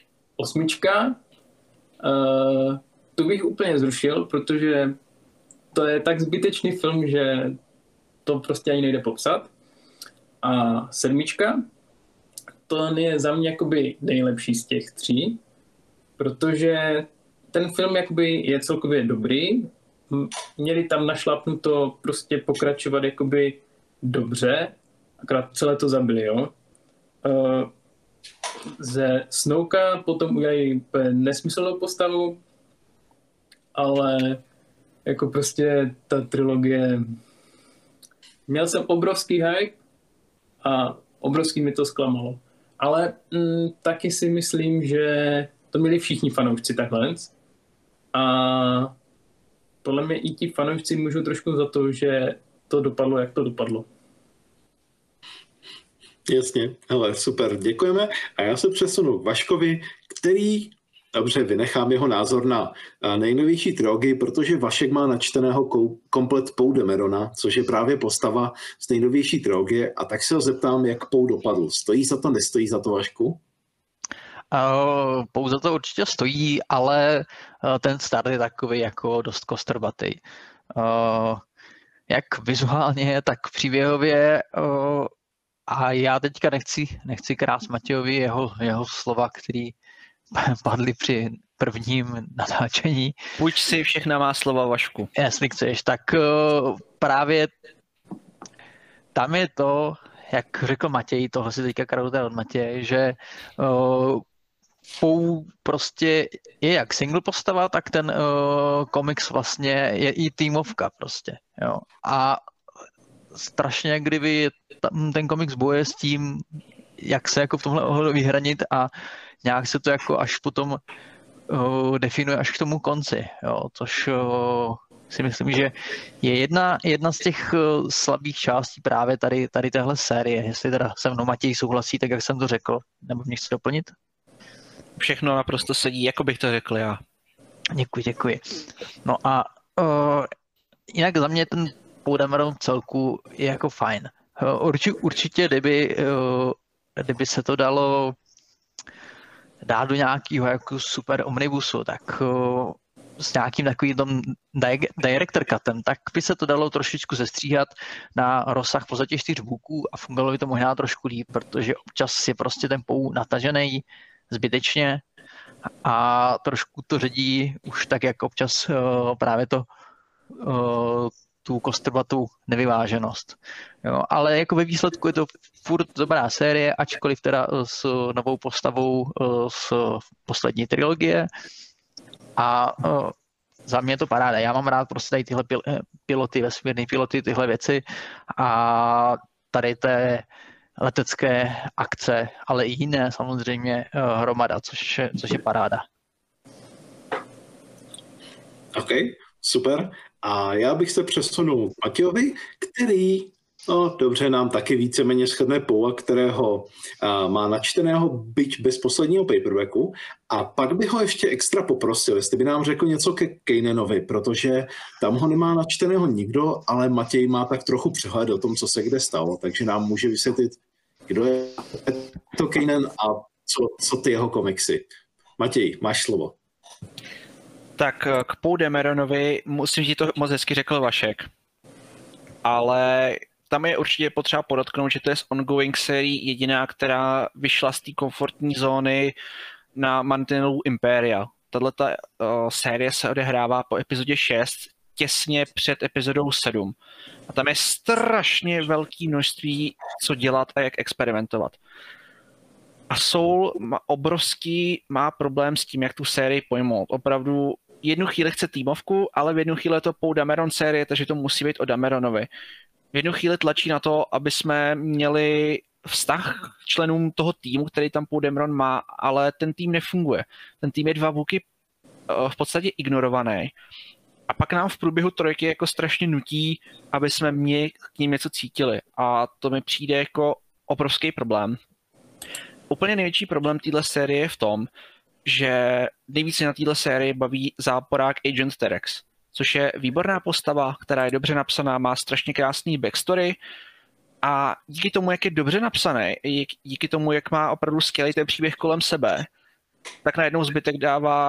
8. Tu bych úplně zrušil, protože to je tak zbytečný film, že to prostě ani nejde popsat. A 7, to je za mě jakoby nejlepší z těch 3, protože ten film jakoby je celkově dobrý. Měli tam našlapnuto prostě pokračovat jakoby dobře, akorát celé to zabili, jo. Ze Snowka potom udělají nesmyslnou postavu, ale jako prostě ta trilogie... Měl jsem obrovský hype a obrovský mi to zklamalo. Ale taky si myslím, že to měli všichni fanoušci takhle. A podle mě i ti fanoušci můžou trošku za to, že to dopadlo, jak to dopadlo. Jasně, hele, super, děkujeme. A já se přesunu k Vaškovi, který, dobře, vynechám jeho názor na nejnovější trilogii, protože Vašek má načteného komplet Poe Damerona, což je právě postava z nejnovější trilogie, a tak se ho zeptám, jak Poe dopadl. Stojí za to, nestojí za to, Vašku? Poe za to určitě stojí, ale ten start je takový jako dost kostrbatý. Jak vizuálně, tak příběhově. A já teďka nechci krást Matějovi jeho slova, který padly při prvním natáčení. Půjč si všechna má slova, Vašku. Jestli chceš, tak právě tam je to, jak řekl Matěj, tohle si teďka krauté od Matěje, že Poe prostě je jak single postava, tak ten komiks vlastně je i týmovka prostě. Jo. A strašně, kdyby ten komiks boje s tím, jak se jako v tomhle ohledu vyhranit a nějak se to jako až potom definuje až k tomu konci, jo, což si myslím, že je jedna z těch slabých částí právě tady téhle série. Jestli teda se mnou Matěj souhlasí, tak jak jsem to řekl, nebo mě chce doplnit? Všechno naprosto sedí, jako bych to řekl já. Děkuji. No a jinak za mě ten Poe Dameron celku je jako fajn. Určitě, kdyby se to dalo dát do nějakého jako super omnibusu, tak s nějakým takovým director cutem, tak by se to dalo trošičku zestříhat na rozsah v podstatě 4 booků a fungovalo by to možná trošku líp, protože občas je prostě ten Poe natažený zbytečně a trošku to ředí už tak, jak občas právě to tu kostrbatou nevyváženost. Jo, ale jako ve výsledku je to furt dobrá série, ačkoliv teda s novou postavou z poslední trilogie. A za mě je to paráda. Já mám rád prostě tady tyhle piloty, vesmírný piloty, tyhle věci a tady té letecké akce, ale i jiné samozřejmě hromada, což je paráda. OK, super. A já bych se přesunul k Matějovi, který, no dobře, nám taky víceméně shrne Poe, kterého má načteného byť bez posledního paperbacku. A pak bych ho ještě extra poprosil, jestli by nám řekl něco ke Kananovi, protože tam ho nemá načteného nikdo, ale Matěj má tak trochu přehled o tom, co se kde stalo, takže nám může vysvětlit, kdo je to Kanan a co ty jeho komiksy. Matěj, máš slovo. Tak k Poe Dameronovi musím ti to moc hezky řekl Vašek, ale tam je určitě potřeba podotknout, že to je z ongoing série jediná, která vyšla z té komfortní zóny na mantinelu Imperia. Tato série se odehrává po epizodě 6, těsně před epizodou 7. A tam je strašně velké množství, co dělat a jak experimentovat. A Soul má problém s tím, jak tu sérii pojmout. Opravdu jednu chvíli chce týmovku, ale v jednu chvíli je to Poe Dameron série, takže to musí být o Dameronovi. V jednu chvíli tlačí na to, aby jsme měli vztah k členům toho týmu, který tam Poe Dameron má, ale ten tým nefunguje. Ten tým je 2 booky v podstatě ignorovaný. A pak nám v průběhu trojky jako strašně nutí, aby jsme mě k ním něco cítili. A to mi přijde jako obrovský problém. Úplně největší problém téhle série je v tom, že nejvíce na téhle sérii baví záporák Agent Terex, což je výborná postava, která je dobře napsaná, má strašně krásný backstory a díky tomu, jak je dobře napsaný, díky tomu, jak má opravdu skvělý ten příběh kolem sebe, tak najednou zbytek dává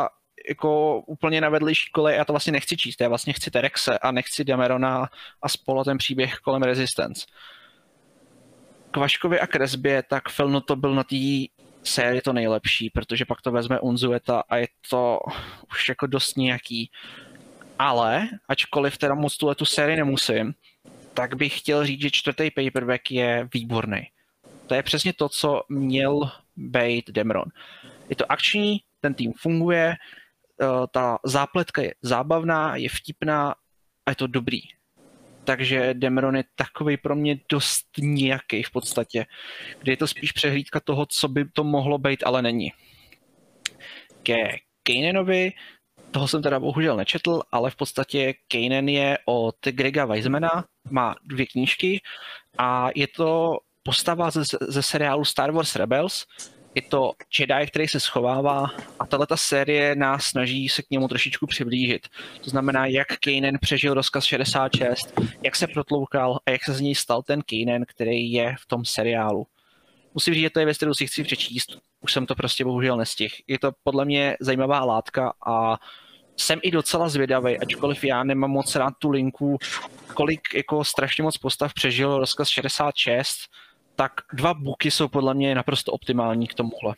jako úplně na vedlejší kolej, já to vlastně nechci číst, já vlastně chci Terexe a nechci Damerona a spolu ten příběh kolem Resistance. K Vaškovi a kresbě, tak Felno to byl na té sérii to nejlepší, protože pak to vezme Unzueta a je to už jako dost nějaký. Ale, ačkoliv teda moc tu sérii nemusím, tak bych chtěl říct, že 4. paperback je výborný. To je přesně to, co měl být Dameron. Je to akční, ten tým funguje, ta zápletka je zábavná, je vtipná a je to dobrý. Takže Dameron je takový pro mě dost nějaký v podstatě, kde je to spíš přehlídka toho, co by to mohlo být, ale není. Ke Kananovi, toho jsem teda bohužel nečetl, ale v podstatě Kanan je od Grega Weismana, má 2 knížky a je to postava ze seriálu Star Wars Rebels. Je to Jedi, který se schovává a tato série nás snaží se k němu trošičku přiblížit. To znamená, jak Kanan přežil rozkaz 66, jak se protloukal a jak se z něj stal ten Kanan, který je v tom seriálu. Musím říct, že to je věc, kterou si chci přečíst. Už jsem to prostě bohužel nestihl. Je to podle mě zajímavá látka a jsem i docela zvědavý, ačkoliv já nemám moc rád tu linku, kolik jako strašně moc postav přežilo rozkaz 66, tak 2 booky jsou podle mě naprosto optimální k tomuhle.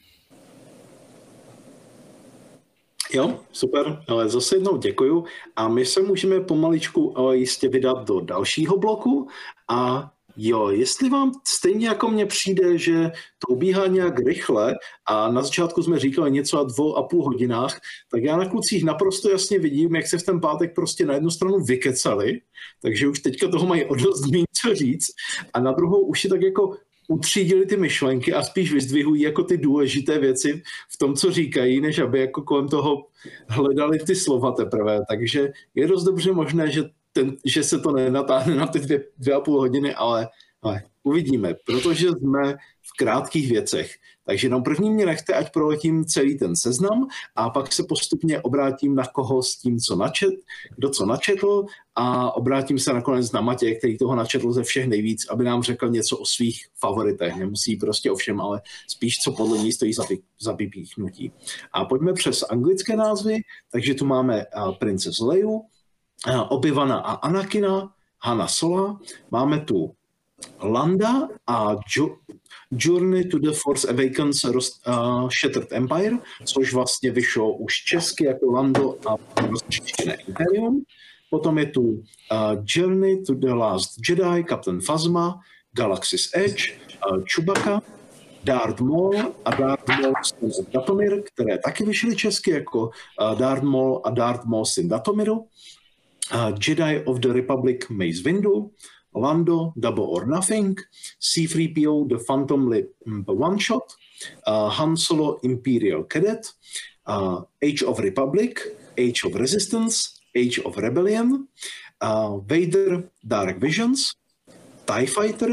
Jo, super, ale zase jednou děkuju a my se můžeme pomaličku ale jistě vydat do dalšího bloku a jo, jestli vám stejně jako mně přijde, že to ubíhá nějak rychle a na začátku jsme říkali něco o 2,5 hodinách, tak já na klucích naprosto jasně vidím, jak se v ten pátek prostě na jednu stranu vykecali, takže už teďka toho mají o dost méně co říct a na druhou už si tak jako utřídili ty myšlenky a spíš vyzdvihují jako ty důležité věci v tom, co říkají, než aby jako kolem toho hledali ty slova teprve. Takže je dost dobře možné, že se to nenatáhne na ty 2,5 hodiny, ale uvidíme, protože jsme v krátkých věcech. Takže jenom první mě nechte, ať proletím celý ten seznam a pak se postupně obrátím na koho s tím, kdo co načetl a obrátím se nakonec na Matě, který toho načetl ze všech nejvíc, aby nám řekl něco o svých favoritech. Nemusí prostě o všem, ale spíš, co podle ní stojí za vypíchnutí. A pojďme přes anglické názvy, takže tu máme Princess Leiu, Obi-Wana a Anakina, Hanna Sola, máme tu Landa a Journey to the Force Awakens Shattered Empire, což vlastně vyšlo už česky jako Lando a rozčištěné Imperium. Potom je tu Journey to the Last Jedi, Captain Phasma, Galaxy's Edge, Chewbacca, Darth Maul a Darth Maul Syn of Dathomir, které taky vyšly česky jako Darth Maul a Darth Maul Syn Dathomiru, Jedi of the Republic Mace Windu, Lando, Double or Nothing, C-3PO, The Phantom Lip One Shot, Han Solo, Imperial Cadet, Age of Republic, Age of Resistance, Age of Rebellion, Vader, Dark Visions, TIE Fighter,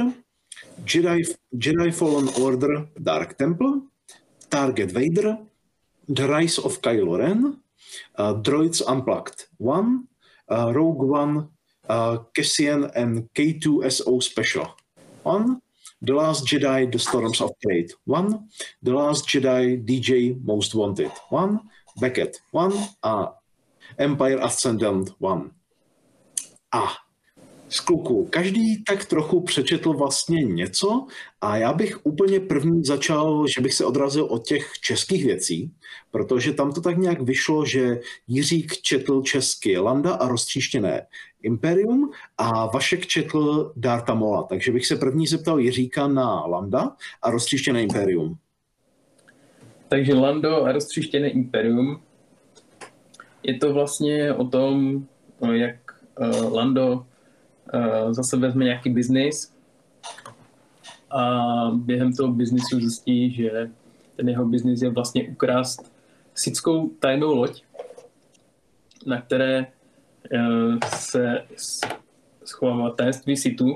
Jedi Fallen Order, Dark Temple, Target Vader, The Rise of Kylo Ren, Droids Unplugged 1, Rogue One, Cassian and K2SO Special 1, The Last Jedi, The Storms of Crate 1, The Last Jedi, DJ Most Wanted 1, Beckett 1 a Empire Ascendant 1. A z kluků každý tak trochu přečetl vlastně něco a já bych úplně první začal, že bych se odrazil od těch českých věcí, protože tam to tak nějak vyšlo, že Jiřík četl česky Landa a roztříštěné Imperium a Vašek četl Dartha Maula, takže bych se první zeptal Jiříka na Landa a roztříštěné Imperium. Takže Lando a roztříštěné Imperium je to vlastně o tom, jak Lando zase vezme nějaký biznis a během toho biznisu zjistí, že ten jeho biznis je vlastně ukrást sithskou tajnou loď, na které se schovává tajemství Sithů.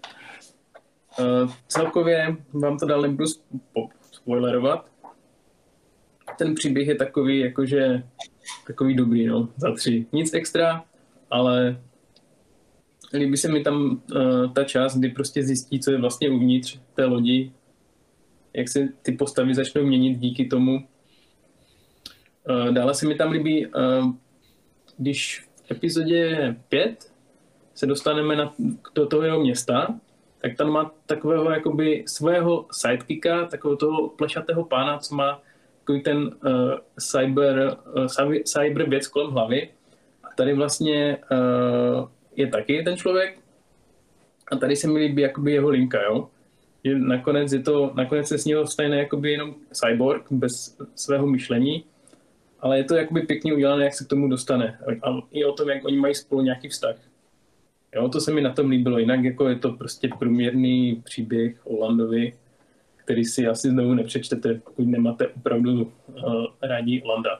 Celkově vám to dál nebudu spoilerovat. Ten příběh je takový, jakože takový dobrý, no, za 3. Nic extra, ale líbí se mi tam ta část, kdy prostě zjistí, co je vlastně uvnitř té lodi, jak se ty postavy začnou měnit díky tomu. Dále se mi tam líbí, když v epizodě 5 se dostaneme do toho jeho města, tak tam má takového jakoby svého sidekicka, takového toho plešatého pána, co má takový ten cyber věc kolem hlavy. A tady vlastně je taky ten člověk a tady se mi líbí jakoby jeho linka, jo? Že nakonec se z něho stane jakoby jenom cyborg bez svého myšlení, ale je to jakoby pěkně udělané, jak se k tomu dostane. A i o tom, jak oni mají spolu nějaký vztah. Jo, to se mi na tom líbilo. Jinak jako je to prostě průměrný příběh o Landovi, který si asi znovu nepřečtete, pokud nemáte opravdu rádi Landa.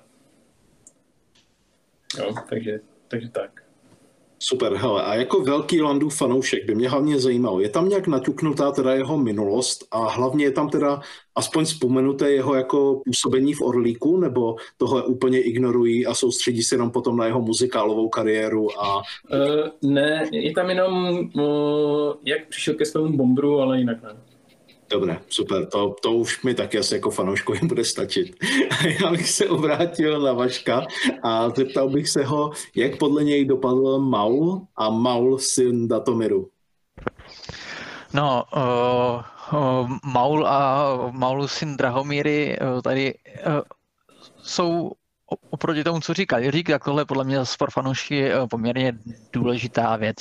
Jo, takže tak. Super, hele, a jako velký Landův fanoušek by mě hlavně zajímalo, je tam nějak naťuknutá teda jeho minulost a hlavně je tam teda aspoň vzpomenuté jeho jako působení v Orlíku, nebo tohle úplně ignorují a soustředí se jenom potom na jeho muzikálovou kariéru a... Ne, je tam jenom jak přišel ke svému bombru, ale jinak ne. Dobré, super, to už mi taky asi jako fanouškovi bude stačit. Já bych se obrátil na Vaška a zeptal bych se ho, jak podle něj dopadl Maul a Maul syn Datomiru. No, Maul a Maul syn Drahomíry tady jsou oproti tomu, co říká Jiřík, tak tohle podle mě pro fanoušky je poměrně důležitá věc.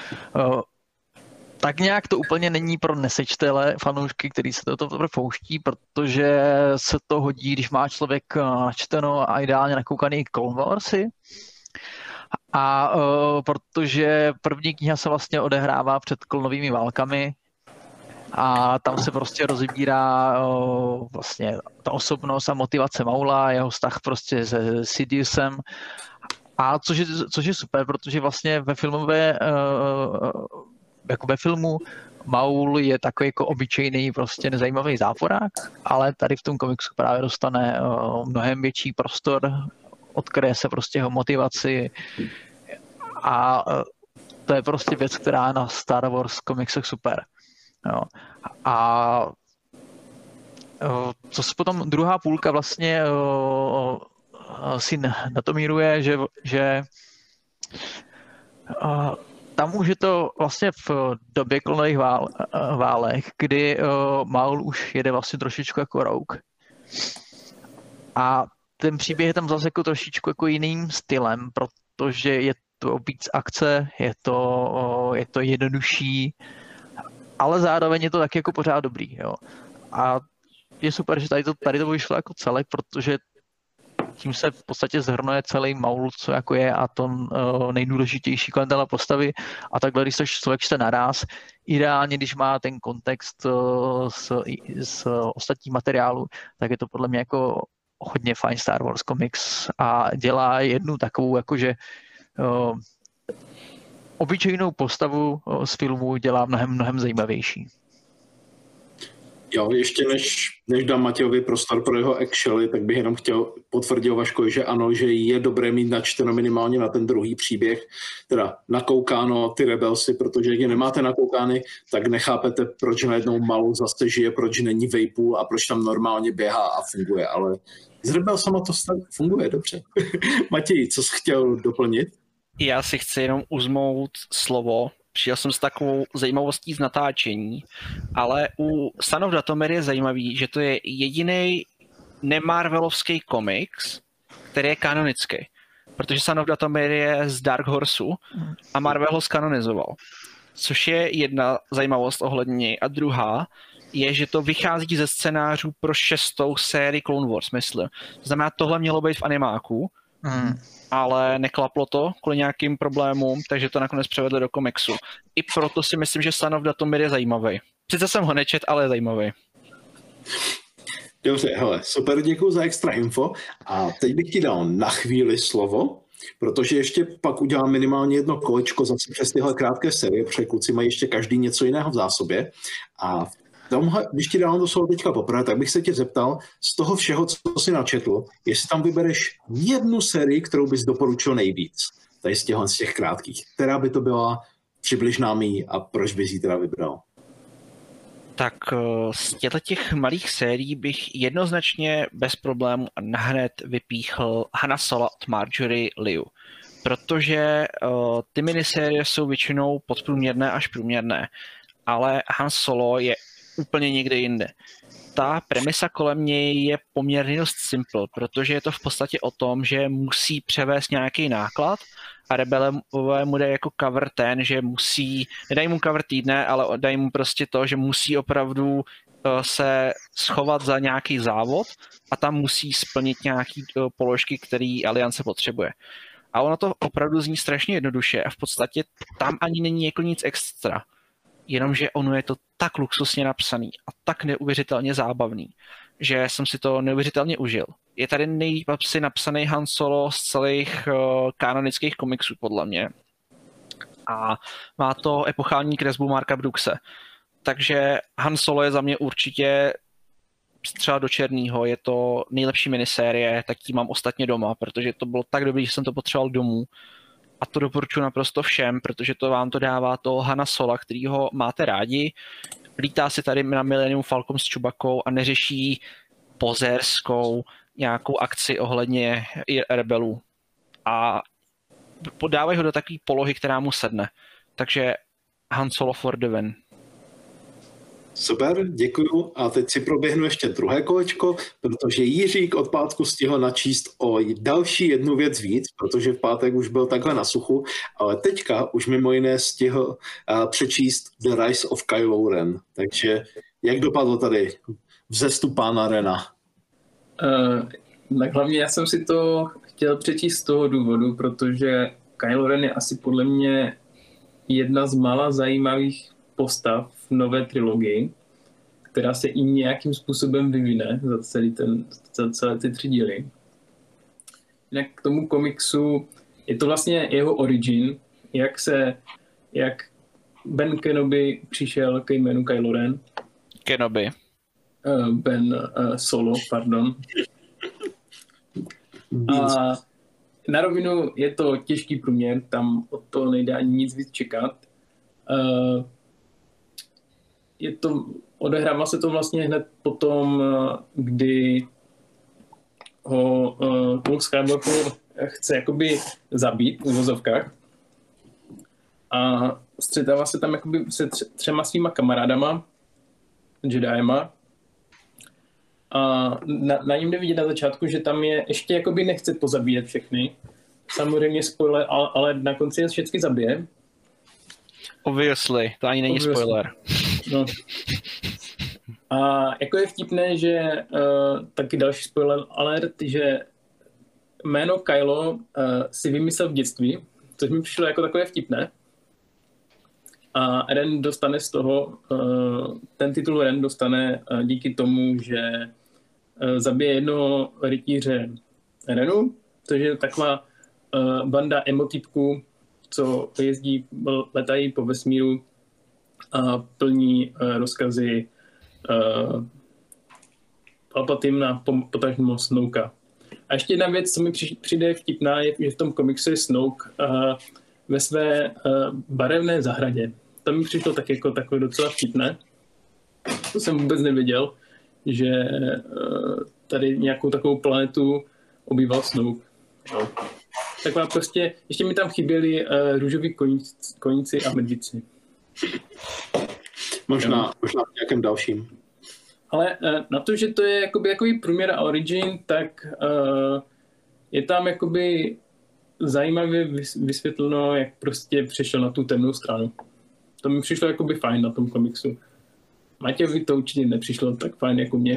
Tak nějak to úplně není pro nesečtelé fanoušky, který se do toho pouští, protože se to hodí, když má člověk načteno a ideálně nakoukaný Clone Warsy. A protože první kniha se vlastně odehrává před klonovými válkami a tam se prostě rozbírá vlastně ta osobnost a motivace Maula, jeho vztah prostě se Sidiousem. A což je super, protože vlastně ve filmu Maul je takový jako obyčejný, prostě nezajímavý záporák, ale tady v tom komiksu právě dostane mnohem větší prostor, odkryje se prostě jeho motivaci a to je prostě věc, která na Star Wars komiksech super. Jo. A co se potom druhá půlka vlastně syn Datomíru je, že tam už je to vlastně v době klonových válek, kdy Maul už jede vlastně trošičku jako Rogue. A ten příběh je tam zase jako trošičku jako jiným stylem, protože je to víc akce, je to jednodušší, ale zároveň je to taky jako pořád dobrý. Jo. A je super, že tady to vyšlo jako celek, protože tím se v podstatě zhrnuje celý Maul, co jako je a to nejdůležitější kolem téhle postavy a takhle, když to člověk čte naráz, ideálně, když má ten kontext s ostatních materiálů, tak je to podle mě jako hodně fajn Star Wars Comics a dělá jednu takovou jakože obyčejnou postavu z filmu dělá mnohem zajímavější. Jo, ještě než dám Matějovi prostor pro jeho actually, tak bych jenom chtěl potvrdit Vaškovi, že ano, že je dobré mít načteno minimálně na ten druhý příběh, teda nakoukáno ty Rebelsy, protože když je nemáte nakoukány, tak nechápete, proč najednou Maul zase žije, proč není vejpůl a proč tam normálně běhá a funguje, ale s Rebelsama to funguje dobře. Matěj, co jsi chtěl doplnit? Já si chci jenom uzmout slovo. Přijel jsem s takovou zajímavostí z natáčení, ale u Son of Dathomir je zajímavý, že to je jediný nemarvelovský komiks, který je kanonický. Protože Son of Dathomir je z Dark Horseu a Marvel ho skanonizoval. Což je jedna zajímavost ohledně něj. A druhá je, že to vychází ze scénářů pro 6. sérii Clone Wars, myslím. To znamená, tohle mělo být v animáku, ale neklaplo to kvůli nějakým problémům, takže to nakonec převedli do komiksu. I proto si myslím, že Son of Dathomir je zajímavý. Sice jsem ho nečet, ale je zajímavý. Dobře, hele, super, děkuji za extra info. A teď bych ti dal na chvíli slovo, protože ještě pak udělám minimálně jedno kolečko zase přes tyhle krátké série, protože kluci mají ještě každý něco jiného v zásobě. A když ti dám to slovo teďka poprvé, tak bych se tě zeptal z toho všeho, co jsi načetl, jestli tam vybereš jednu sérii, kterou bys doporučil nejvíc, tady z těch krátkých. Která by to byla, přibliž nám ji a proč bys ji teda vybral? Tak z těch malých sérií bych jednoznačně bez problému a nahned vypíchl Hanna Sola od Marjorie Liu. Protože ty minisérie jsou většinou podprůměrné až průměrné, ale Han Solo je úplně někde jinde. Ta premisa kolem něj je poměrně dost simple, protože je to v podstatě o tom, že musí převést nějaký náklad a rebelové mu dají jako cover ten, že musí, nedají mu cover týdne, ale dají mu prostě to, že musí opravdu se schovat za nějaký závod a tam musí splnit nějaký položky, které Aliance potřebuje. A ono to opravdu zní strašně jednoduše a v podstatě tam ani není jako nic extra. Jenomže ono je to tak luxusně napsaný a tak neuvěřitelně zábavný, že jsem si to neuvěřitelně užil. Je tady nejlepší napsaný Han Solo z celých kanonických komiksů, podle mě. A má to epochální kresbu Marka Brookse. Takže Han Solo je za mě určitě střela do černýho, je to nejlepší minisérie, tak ji mám ostatně doma, protože to bylo tak dobrý, že jsem to potřeboval domů. A to doporučuji naprosto všem, protože to vám to dává toho Hanna Sola, kterýho máte rádi. Lítá si tady na Millennium Falcon s Chewbacou a neřeší pozerskou nějakou akci ohledně rebelů. A podávají ho do takové polohy, která mu sedne. Takže Han Solo for the win. Super, děkuju. A teď si proběhnu ještě druhé kolečko, protože Jiřík od pátku stihl načíst o další jednu věc víc, protože v pátek už byl takhle na suchu, ale teďka už mimo jiné stihl přečíst The Rise of Kylo Ren. Takže jak dopadlo tady vzestup pána Rena? Tak hlavně já jsem si to chtěl přečíst z toho důvodu, protože Kylo Ren je asi podle mě jedna z mála zajímavých postav v nové trilogii, která se i nějakým způsobem vyvine za celé ty 3 díly. Jinak k tomu komiksu je to vlastně jeho origin, jak Ben Kenobi přišel ke jménu Kylo Ren. Kenobi. Ben Solo, pardon. A na rovinu je to těžký průměr, tam od toho nejde ani nic víc čekat. Odehrává se to vlastně hned potom, kdy ho Luke Skywalker chce jakoby zabít v uvozovkách a střetává se tam jakoby se 3 svýma kamarádama, Jediema, a na něm jde vidět na začátku, že tam je ještě jakoby nechce pozabíjet všechny. Samozřejmě spoiler, ale na konci je všechny zabije. Obviously, to ani není spoiler. No. A jako je vtipné, že taky další spoiler alert, že jméno Kylo si vymyslel v dětství, což mi přišlo jako takové vtipné. A Ren dostane z toho, ten titul Ren dostane díky tomu, že zabije jednoho rytíře Renu, což je taková banda emotypků, co letají po vesmíru a plní rozkazy Palpatina, potažmo Snouka. A ještě jedna věc, co mi přijde vtipná, je, že v tom komiksu je Snoke ve své barevné zahradě. To mi přišlo tak jako takové docela vtipné. To jsem vůbec nevěděl, že tady nějakou takovou planetu obýval Snoke. No. Taková prostě, ještě mi tam chyběli růžoví koníci a medvíci. Možná v nějakém dalším. Ale na to, že to je jakoby průměr a origin, tak je tam jakoby zajímavě vysvětleno, jak prostě přešel na tu temnou stranu. To mi přišlo jakoby fajn na tom komiksu. Matějovi to určitě nepřišlo tak fajn jako mě.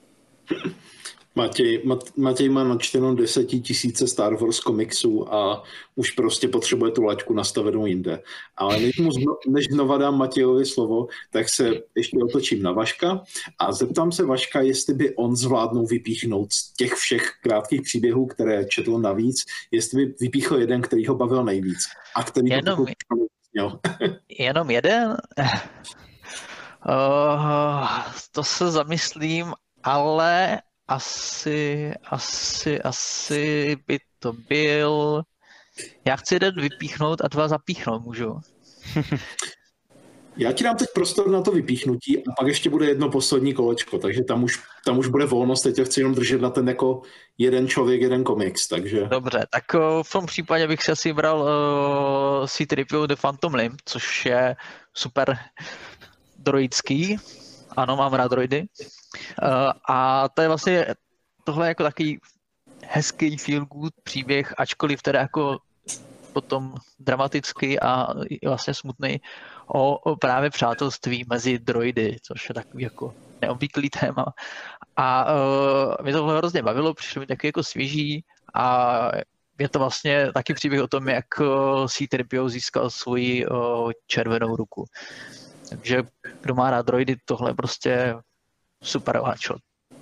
Matěj má načteno 10 000 Star Wars komiksů a už prostě potřebuje tu laťku nastavenou jinde. Ale než znova dám Matějovi slovo, tak se ještě otočím na Vaška a zeptám se Vaška, jestli by on zvládnul vypíchnout z těch všech krátkých příběhů, které četl navíc, jestli by vypíchl jeden, který ho bavil nejvíc. A který Jenom jeden? To se zamyslím, ale asi by to byl... Já chci jeden vypíchnout a 2 zapíchnout, můžu? Já ti dám teď prostor na to vypíchnutí a pak ještě bude jedno poslední kolečko, takže tam už bude volnost, teď chci jenom držet na ten jako jeden člověk, jeden komiks, takže... Dobře, tak v tom případě bych si asi bral C-3PO The Phantom Limb, což je super droidský. Ano, mám rád droidy. A to je vlastně, tohle je jako takový hezký feel good příběh, ačkoliv teda jako potom dramatický a vlastně smutný o právě přátelství mezi droidy, což je takový jako neobvyklý téma. A mě tohle hrozně bavilo, přišlo mi taky jako svěží a je to vlastně taky příběh o tom, jak C-3PO získal svoji červenou ruku. Takže kdo má rád droidy, tohle je prostě super váčo.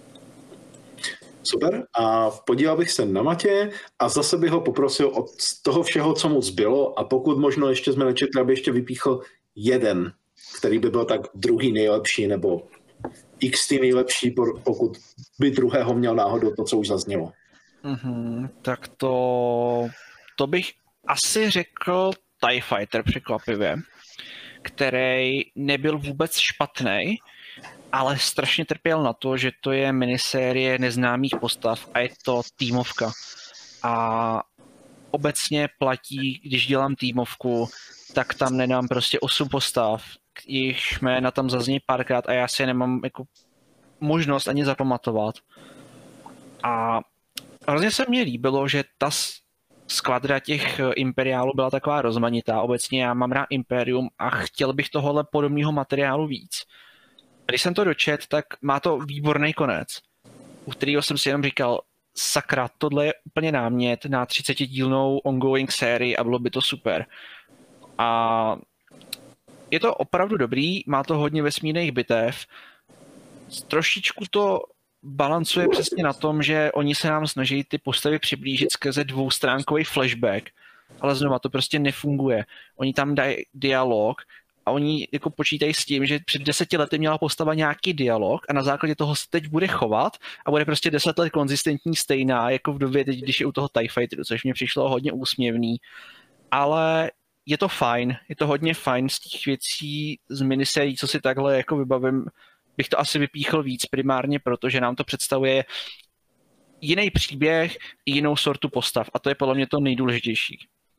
Super. A podíval bych se na Matě a zase bych ho poprosil od toho všeho, co mu zbylo a pokud možno ještě jsme nečetli, aby ještě vypíchl jeden, který by byl tak druhý nejlepší nebo XT nejlepší, pokud by druhého měl náhodou to, co už zaznělo. Tak to bych asi řekl TIE Fighter překvapivě, který nebyl vůbec špatný, ale strašně trpěl na to, že to je minisérie neznámých postav a je to týmovka. A obecně platí, když dělám týmovku, tak tam nedám prostě 8 postav, jejich jména tam zazní párkrát a já si je nemám jako možnost ani zapamatovat. A hrozně se mně líbilo, že ta skvadra těch imperiálů byla taková rozmanitá. Obecně já mám rád Imperium a chtěl bych tohohle podobného materiálu víc. Když jsem to dočet, tak má to výborný konec, u kterého jsem si jenom říkal, sakra, tohle je úplně námět na 30dílnou ongoing sérii a bylo by to super. A je to opravdu dobrý, má to hodně vesmírných bitev, trošičku to balancuje přesně na tom, že oni se nám snaží ty postavy přiblížit skrze dvoustránkový flashback, ale znova to prostě nefunguje. Oni tam dají dialog a oni jako počítají s tím, že před 10 lety měla postava nějaký dialog a na základě toho se teď bude chovat a bude prostě 10 let konzistentní stejná, jako v době teď, když je u toho TIE Fighteru, což mě přišlo hodně úsměvný. Ale je to fajn, je to hodně fajn z těch věcí z minisérií, co si takhle jako vybavím, bych to asi vypíchl víc primárně, protože nám to představuje jiný příběh i jinou sortu postav a to je podle mě to nejdůležitější.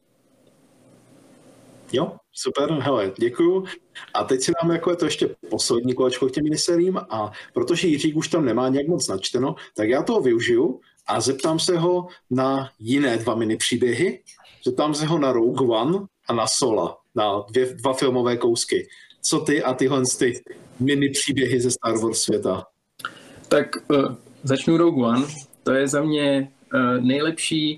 Jo, super, hele, děkuju. A teď si dáme jako je to ještě poslední kolečko k těm miniseriím a protože Jiřík už tam nemá nějak moc načteno, tak já toho využiju a zeptám se ho na jiné 2 mini příběhy. Zeptám se ho na Rogue One a na Sola, na 2 filmové kousky. Co ty a tyhle mini příběhy ze Star Wars světa? Tak začnu Rogue One. To je za mě nejlepší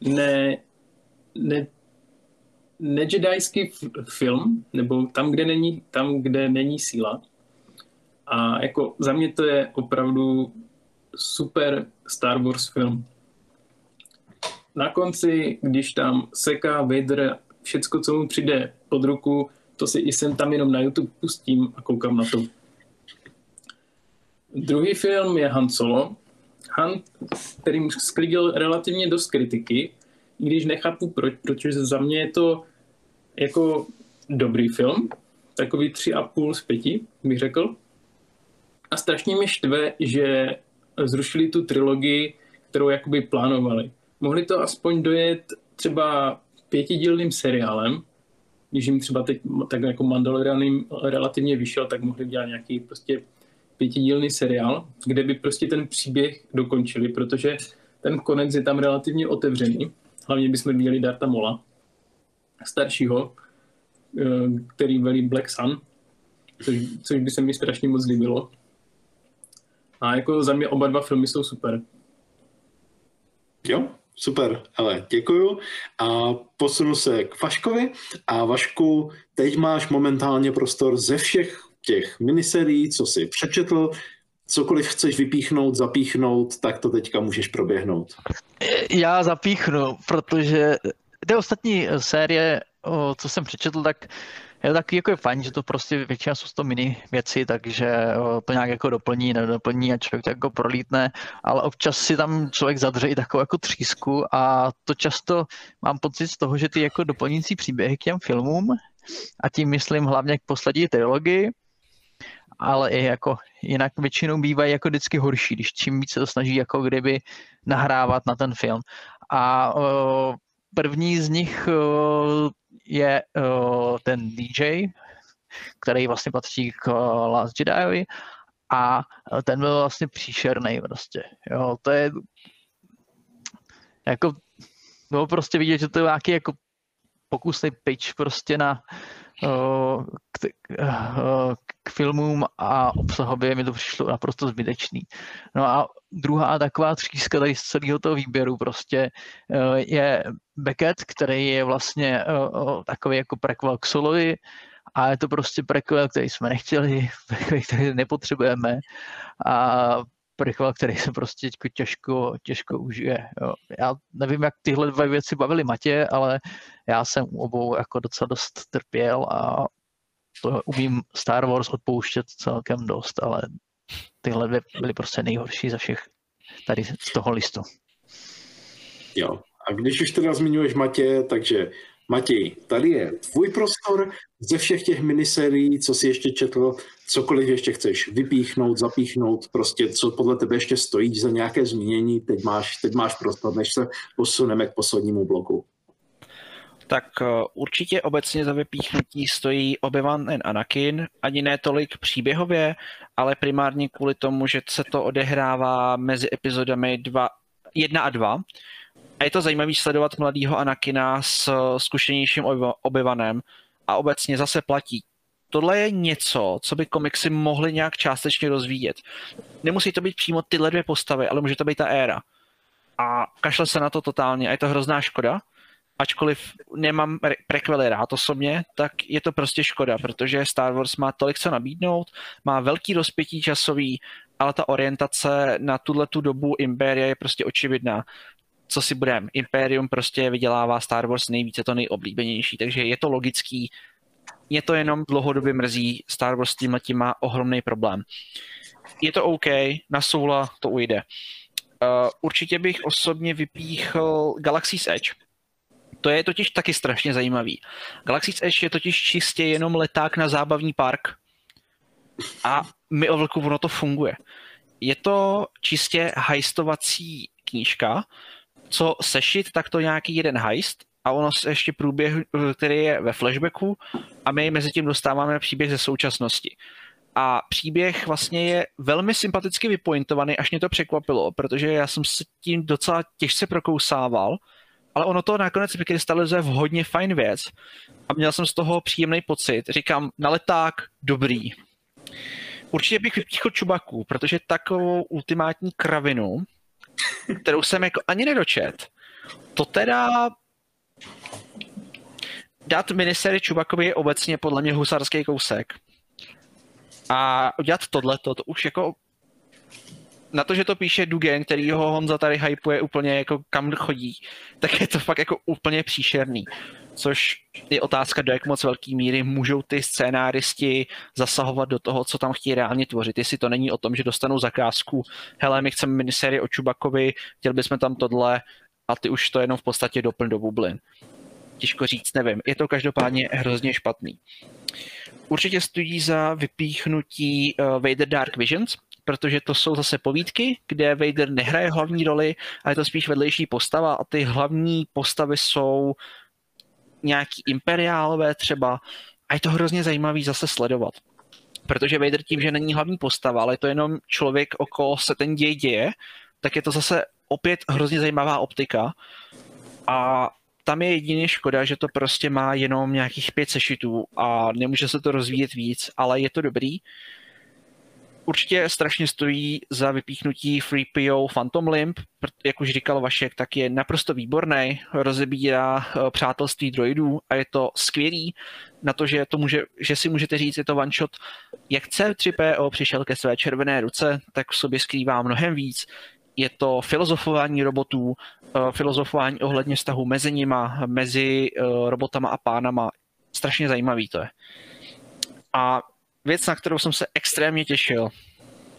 nejedajský film, nebo tam, kde není síla. A jako za mě to je opravdu super Star Wars film. Na konci, když tam seká Vader všecko, co mu přijde pod ruku, to si i sem tam jenom na YouTube pustím a koukám na to. Druhý film je Han Solo. Han, který sklidil relativně dost kritiky, i když nechápu proč, protože za mě je to jako dobrý film, takový 3,5 z 5, bych řekl. A strašně mě štve, že zrušili tu trilogii, kterou jakoby plánovali. Mohli to aspoň dojet třeba 5dílným seriálem, když jim třeba teď tak jako Mandalorian relativně vyšel, tak mohli dělat nějaký prostě 5dílný seriál, kde by prostě ten příběh dokončili, protože ten konec je tam relativně otevřený. Hlavně bychom viděli Dartha Maula, staršího, který velí Black Sun, což by se mi strašně moc líbilo. A jako za mě oba 2 filmy jsou super. Jo, super, hele, děkuju. A posunu se k Vaškovi. A Vašku, teď máš momentálně prostor ze všech těch miniserií, co jsi přečetl, cokoliv chceš vypíchnout, zapíchnout, tak to teďka můžeš proběhnout. Já zapíchnu, protože ty ostatní série, co jsem přečetl, tak je taky jako je fajn, že to prostě většina jsou to mini věci, takže to nějak jako doplní, nedoplní a člověk to jako prolítne, ale občas si tam člověk zadře i takovou jako třísku a to často mám pocit z toho, že ty jako doplňující příběhy k těm filmům a tím myslím hlavně k poslední trilogii, ale i jako jinak většinou bývají jako vždycky horší, když čím více to snaží jako kdyby nahrávat na ten film. A první z nich je ten DJ, který vlastně patří k Last Jediovi, a ten byl vlastně příšerný prostě. Jo, to je jako bylo prostě vidět, že to je nějaký jako pokusný pitch prostě na k filmům a obsahově mi to přišlo naprosto zbytečný. No a druhá taková tříska tady z celého toho výběru prostě je Beckett, který je vlastně takový jako prequel k Solovi, a je to prostě prequel, který jsme nechtěli, prequel, který nepotřebujeme, a prequel, který se prostě těžko užije. Jo. Já nevím, jak tyhle dvě věci bavily Matě, ale já jsem u obou jako docela dost trpěl a to umím Star Wars odpouštět celkem dost, ale tyhle dvě byly prostě nejhorší ze všech tady z toho listu. Jo, a když už teda zmiňuješ Matě, takže Matěj, tady je tvůj prostor ze všech těch miniserií, co jsi ještě četl, cokoliv ještě chceš vypíchnout, zapíchnout, prostě co podle tebe ještě stojí za nějaké zmínění, teď máš prostor, než se posuneme k poslednímu bloku. Tak určitě obecně za vypíchnutí stojí Obi-Wan and Anakin, ani ne tolik příběhově, ale primárně kvůli tomu, že se to odehrává mezi epizodami 1 a 2. A je to zajímavý sledovat mladýho Anakina s zkušenějším Obi-Wanem a obecně zase platí. Tohle je něco, co by komiksy mohly nějak částečně rozvíjet. Nemusí to být přímo tyhle dvě postavy, ale může to být ta éra. A kašle se na to totálně a je to hrozná škoda. Ačkoliv nemám prequely rád osobně, tak je to prostě škoda, protože Star Wars má tolik co nabídnout, má velký rozpětí časový, ale ta orientace na tuhletu dobu Impéria je prostě očividná. Co si budeme, Imperium prostě vydělává Star Wars nejvíce, to nejoblíbenější, takže je to logický. Mě to jenom dlouhodobě mrzí, Star Wars tím má ohromný problém. Je to OK, na Soula to ujde. Určitě bych osobně vypíchl Galaxy's Edge. To je totiž taky strašně zajímavý. Galaxy's Edge je totiž čistě jenom leták na zábavní park a my o vlku ono to funguje. Je to čistě heistovací knížka, co sešit, tak to nějaký jeden heist a ono se ještě průběh, který je ve flashbacku a my mezi tím dostáváme příběh ze současnosti. A příběh vlastně je velmi sympaticky vypointovaný, až mě to překvapilo, protože já jsem se tím docela těžce prokousával, ale ono to nakonec vykrystalizuje v hodně fajn věc a měl jsem z toho příjemný pocit. Říkám, na leták dobrý. Určitě bych vypíchl Chewbaccu, protože takovou ultimátní kravinu, kterou jsem jako ani nedočet, to teda dát miniserii Chewbaccovi je obecně podle mě husarský kousek. A udělat tohleto, to už jako na to, že to píše Dugan, který ho Honza tady hypuje úplně jako kam chodí, tak je to fakt jako úplně příšerný. Což je otázka, do jak moc velký míry můžou ty scénáristi zasahovat do toho, co tam chtějí reálně tvořit. Jestli to není o tom, že dostanou zakázku, hele, my chceme minisérii o Chewbaccovi, chtěli bychom tam tohle a ty už to jenom v podstatě doplň do bublin. Těžko říct, nevím. Je to každopádně hrozně špatný. Určitě stojí za vypíchnutí Vader Dark Visions, protože to jsou zase povídky, kde Vader nehraje hlavní roli, ale je to spíš vedlejší postava a ty hlavní postavy jsou nějaký imperiálové třeba a je to hrozně zajímavý zase sledovat. Protože Vader tím, že není hlavní postava, ale je to jenom člověk, okolo se ten děj děje, tak je to zase opět hrozně zajímavá optika a tam je jedině škoda, že to prostě má jenom nějakých 5 sešitů a nemůže se to rozvíjet víc, ale je to dobrý. Určitě strašně stojí za vypíchnutí 3PO Phantom Limb, jak už říkal Vašek, tak je naprosto výborný, rozebírá přátelství droidů a je to skvělý na to, že si můžete říct, je to one shot, jak C3PO přišel ke své červené ruce, tak v sobě skrývá mnohem víc. Je to filozofování robotů, filozofování ohledně vztahu mezi nima, mezi robotama a pánama. Strašně zajímavý to je. A věc, na kterou jsem se extrémně těšil.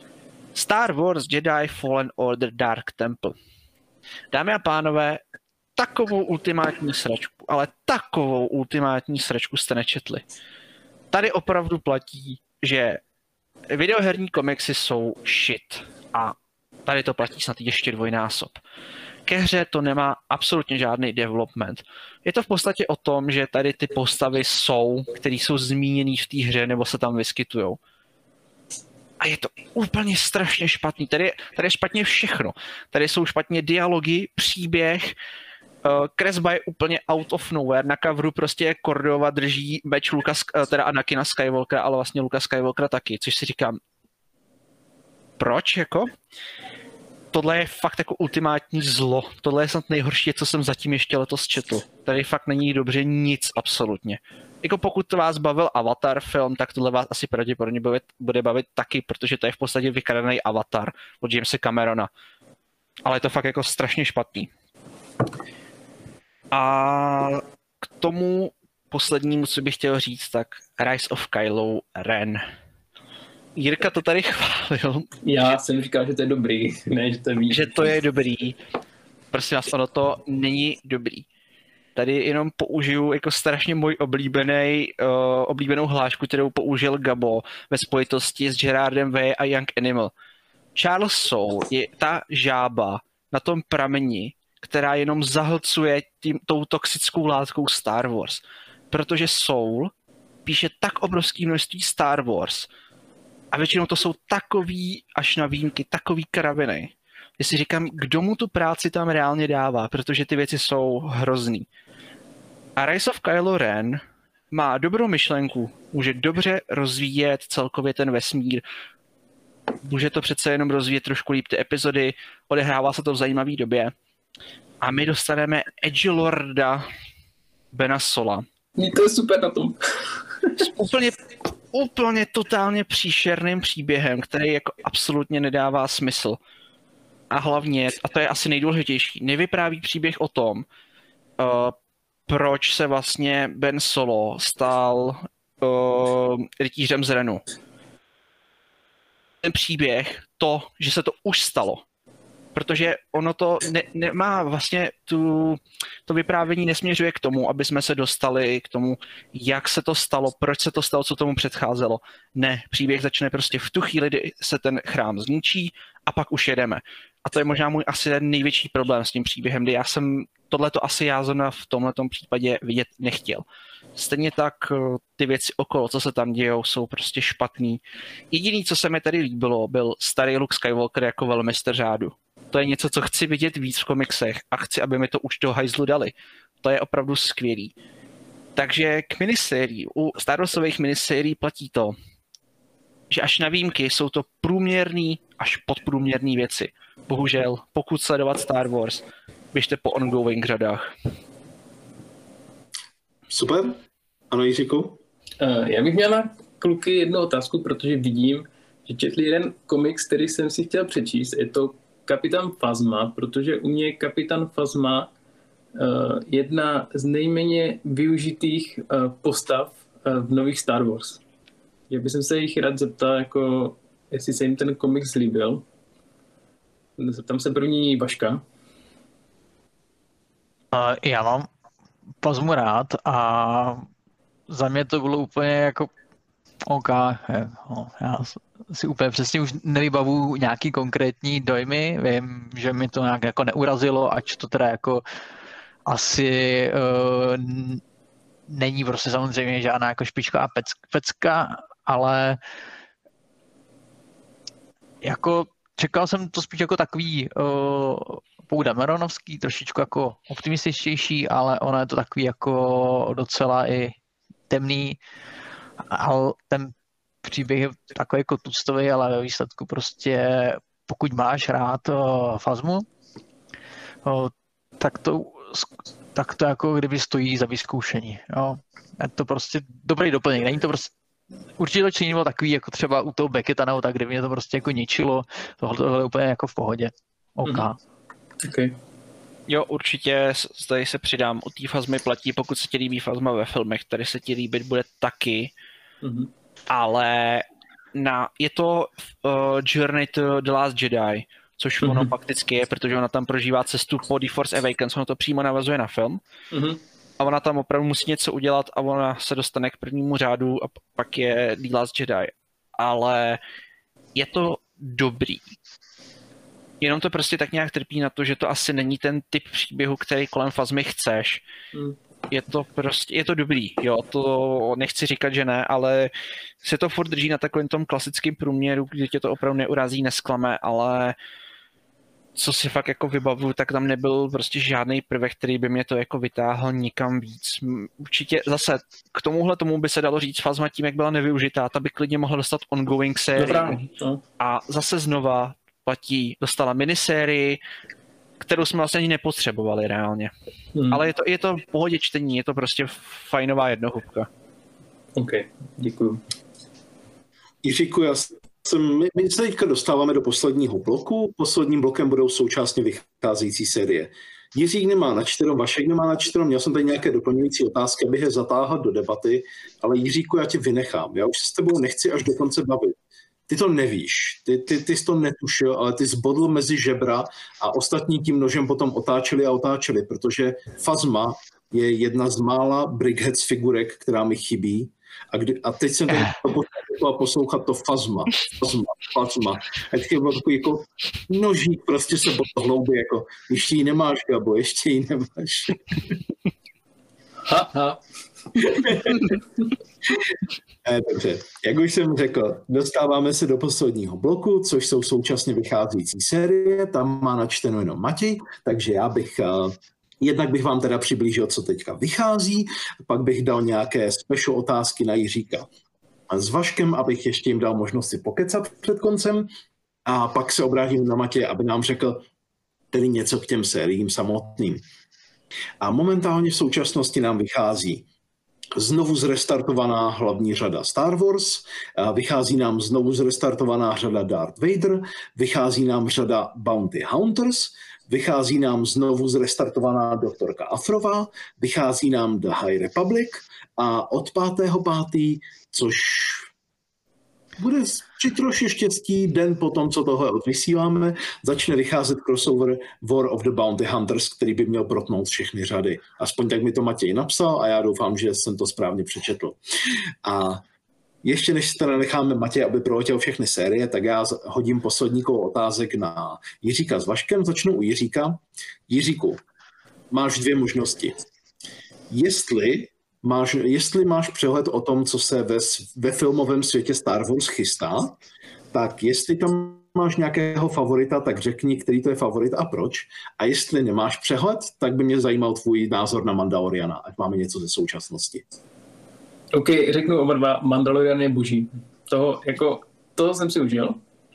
Star Wars Jedi Fallen Order Dark Temple. Dámy a pánové, takovou ultimátní sračku, ale takovou ultimátní sračku jste nečetli. Tady opravdu platí, že videoherní komiksy jsou shit a tady to platí snad ještě dvojnásob. Ke hře to nemá absolutně žádný development. Je to v podstatě o tom, že tady ty postavy jsou, které jsou zmíněné v té hře nebo se tam vyskytujou. A je to úplně strašně špatný. Tady je špatně všechno. Tady jsou špatně dialogy, příběh, kresba je úplně out of nowhere. Na coveru prostě Cordova drží meč teda Anakina Skywalkera, ale vlastně Luka Skywalkera taky, což si říkám, proč jako? Tohle je fakt jako ultimátní zlo. Tohle je snad nejhorší, co jsem zatím ještě letos četl. Tady fakt není dobře nic absolutně. Jako pokud vás bavil Avatar film, tak tohle vás asi pravděpodobně bude bavit taky, protože to je v podstatě vykradený Avatar od Jamesa Camerona. Ale je to fakt jako strašně špatný. A k tomu poslednímu, co bych chtěl říct, tak Rise of Kylo Ren. Jirka to tady chválil. Já jsem říkal, že to je dobrý, ne, že to je víc. Že to je dobrý. Prosím vás, ono to není dobrý. Tady jenom použiju jako strašně můj oblíbenou hlášku, kterou použil Gabo ve spojitosti s Gerardem Way a Young Animal. Charles Soule je ta žába na tom prameni, která jenom zahlcuje tou toxickou látkou Star Wars. Protože Soule píše tak obrovské množství Star Wars a většinou to jsou takový, až na výjimky, takový kraviny. Já si říkám, kdo mu tu práci tam reálně dává, protože ty věci jsou hrozný. A Rise of Kylo Ren má dobrou myšlenku, může dobře rozvíjet celkově ten vesmír, může to přece jenom rozvíjet trošku líp ty epizody, odehrává se to v zajímavé době. A my dostaneme edgelorda Bena Sola. To je super na tom. S úplně totálně příšerným příběhem, který jako absolutně nedává smysl. A hlavně, a to je asi nejdůležitější, nevypráví příběh o tom, proč se vlastně Ben Solo stal rytířem z Renu. Ten příběh, že se to už stalo. Protože ono to nemá vlastně to vyprávění nesměřuje k tomu, aby jsme se dostali k tomu, jak se to stalo, proč se to stalo, co tomu předcházelo. Ne, příběh začne prostě v tu chvíli, kdy se ten chrám zničí a pak už jedeme. A to je možná můj asi ten největší problém s tím příběhem, kdy tohleto asi já zrovna v tomhletom případě vidět nechtěl. Stejně tak ty věci okolo, co se tam dějou, jsou prostě špatný. Jediný, co se mi tady líbilo, byl starý Luke Skywalker jako velmistr řádu. To je něco, co chci vidět víc v komiksech a chci, aby mi to už do hajzlu dali. To je opravdu skvělý. Takže k minisérií. U Star Warsových minisérií platí to, že až na výjimky jsou to průměrný až podprůměrný věci. Bohužel, pokud sledovat Star Wars, běžte po ongoing řadách. Super. Ano, Jiříku? Já bych měl na kluky jednu otázku, protože vidím, že četli jeden komiks, který jsem si chtěl přečíst. Je to Kapitán Phasma, protože u mě je Kapitán Phasma jedna z nejméně využitých postav v nových Star Wars. Já bych se jich rád zeptal, jako, jestli se jim ten komiks líbil. Zeptám se první Vaška. Já mám Phasmu rád a za mě to bylo úplně jako OK. Já si úplně přesně už nevybavu nějaký konkrétní dojmy. Vím, že mi to nějak jako neurazilo, ač to teda jako asi není prostě samozřejmě žádná jako špičková pecka, ale jako čekal jsem to spíš jako takový Poe Dameronovský, trošičku jako optimističtější, ale ono je to takový jako docela i temný, ale ten příběh je takový jako tuctový, ale ve výsledku prostě pokud máš rád Phasmu, tak to jako kdyby stojí za vyzkoušení. Jo. Je to prostě dobrý doplněk, není to prostě určitě to činilo takový, jako třeba u toho Becketa nebo tak, kde mě to prostě jako ničilo, tohle je úplně jako v pohodě. OK. Okay. Jo, určitě tady se přidám. U té Phasmy platí, pokud se ti líbí Phasma ve filmech, tady se ti líbit bude taky, ale je to Journey to the Last Jedi, což ono fakticky je, protože ona tam prožívá cestu po The Force Awakens, ono to přímo navazuje na film. A ona tam opravdu musí něco udělat a ona se dostane k prvnímu řádu a pak je The Last Jedi. Ale je to dobrý. Jenom to prostě tak nějak trpí na to, že to asi není ten typ příběhu, který kolem Phasmy chceš. Je to dobrý, jo, to nechci říkat, že ne, ale se to furt drží na takovém tom klasickém průměru, kdy tě to opravdu neurazí, nesklame, ale co si fakt jako vybavuju, tak tam nebyl prostě žádný prvek, který by mě to jako vytáhl nikam víc. Určitě zase k tomuhle tomu by se dalo říct Phasma tím, jak byla nevyužitá, ta by klidně mohla dostat ongoing sérii. A zase znova platí, dostala minisérii, kterou jsme vlastně ani nepotřebovali reálně. Ale je to v pohodě čtení, je to prostě fajnová jednohubka. OK, děkuju. Jiříku, my se teďka dostáváme do posledního bloku. Posledním blokem budou současně vycházející série. Jiřík nemá načteno, Vašek nemá načteno, měl jsem tady nějaké doplňující otázky, abych je zatáhl do debaty, ale Jiříku, já tě vynechám. Já už se s tebou nechci až do konce bavit. Ty to nevíš, ty jsi to netušil, ale ty zbodl mezi žebra a ostatní tím nožem potom otáčeli, protože Phasma je jedna z mála Brickheads figurek, která mi chybí. A teď jsem tady poslouchat to Phasma. A teď bylo takový jako nožík, prostě se bodl hlouby, jako ještě ji nemáš, Gabo, ještě ji nemáš. Dobře, jak už jsem řekl, dostáváme se do posledního bloku, což jsou současně vycházející série, tam má načteno jenom Matěj, takže já bych jednak bych vám teda přiblížil, co teďka vychází, pak bych dal nějaké special otázky na Jiříka s Vaškem, abych ještě jim dal možnost si pokecat před koncem a pak se obrátím na Matěje, aby nám řekl tedy něco k těm sériím samotným. A momentálně v současnosti nám vychází znovu zrestartovaná hlavní řada Star Wars, vychází nám znovu zrestartovaná řada Darth Vader, vychází nám řada Bounty Hunters, vychází nám znovu zrestartovaná doktorka Afrová, vychází nám The High Republic a od 5.5., což bude při troši štěstí den po tom, co tohle odvysíláme, začne vycházet crossover War of the Bounty Hunters, který by měl protnout všechny řady. Aspoň tak mi to Matěj napsal a já doufám, že jsem to správně přečetl. A ještě než se necháme Matěj, aby proletěl všechny série, tak já hodím poslední kolo otázek na Jiříka s Vaškem. Začnu u Jiříka. Jiříku, máš dvě možnosti. Jestli máš přehled o tom, co se ve filmovém světě Star Wars chystá, tak jestli tam máš nějakého favorita, tak řekni, který to je favorit a proč. A jestli nemáš přehled, tak by mě zajímal tvůj názor na Mandaloriana, ať máme něco ze současnosti. OK, řeknu oba dva, Mandalorian je boží. Toho jsem si užil.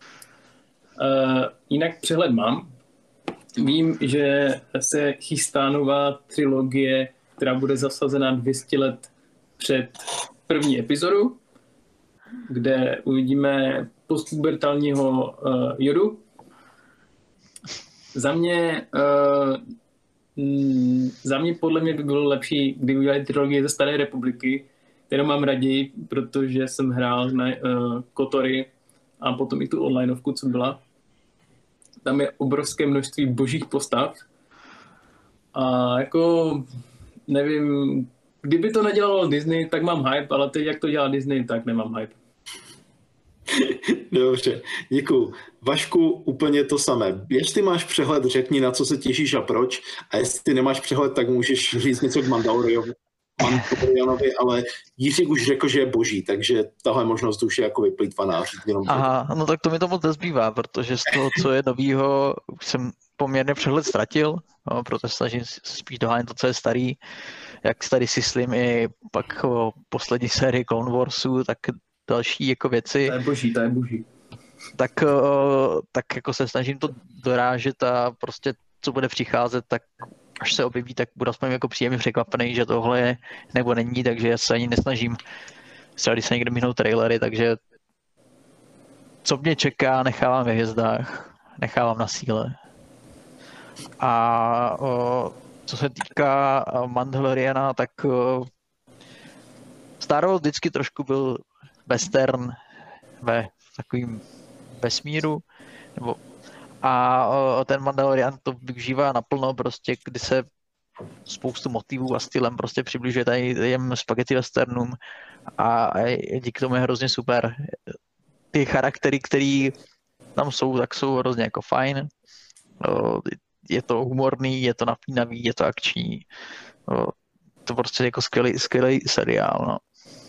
Jinak přehled mám. Vím, že se chystá nová trilogie, která bude zasazená 200 let před první epizodu, kde uvidíme postpubertálního Yodu. Za mě podle mě by bylo lepší, kdyby udělali trilogii ze Staré republiky, kterou mám raději, protože jsem hrál na Kotory a potom i tu onlineovku, co byla. Tam je obrovské množství božích postav. A jako nevím, kdyby to nedělalo Disney, tak mám hype, ale teď jak to dělá Disney, tak nemám hype. Dobře, děkuju. Vašku, úplně to samé. Jestli máš přehled, řekni, na co se těšíš a proč. A jestli nemáš přehled, tak můžeš říct něco k Mandalorianovi, ale Jiřík už řekl, že je boží, takže tahle možnost už je jako vyplýtvaná. Aha, no tak to mi to moc nezbývá, protože z toho, co je novýho, už jsem poměrně přehled ztratil, no, proto snažím se spíš dohánět to, co je starý. Jak tady si slím i pak o poslední sérii Clone Warsu, tak další jako věci. To je boží. Tak jako se snažím to dorážet a prostě co bude přicházet, tak až se objeví, tak budu aspoň jako příjemně překvapený, že tohle je nebo není, takže já se ani nesnažím když se někde mihnou trailery, takže co mě čeká, nechávám ve hvězdách, nechávám na síle. A co se týká Mandaloriana, tak Star Wars vždycky trošku byl western ve takovým vesmíru, nebo A ten Mandalorian to využívá naplno, prostě, kdy se spoustu motivů a stylem prostě přibližuje tady těm spaghetti westernům a díky tomu je hrozně super. Ty charaktery, které tam jsou, tak jsou hrozně jako fajn. Je to humorný, je to napínavý, je to akční. To prostě jako skvělý seriál, no.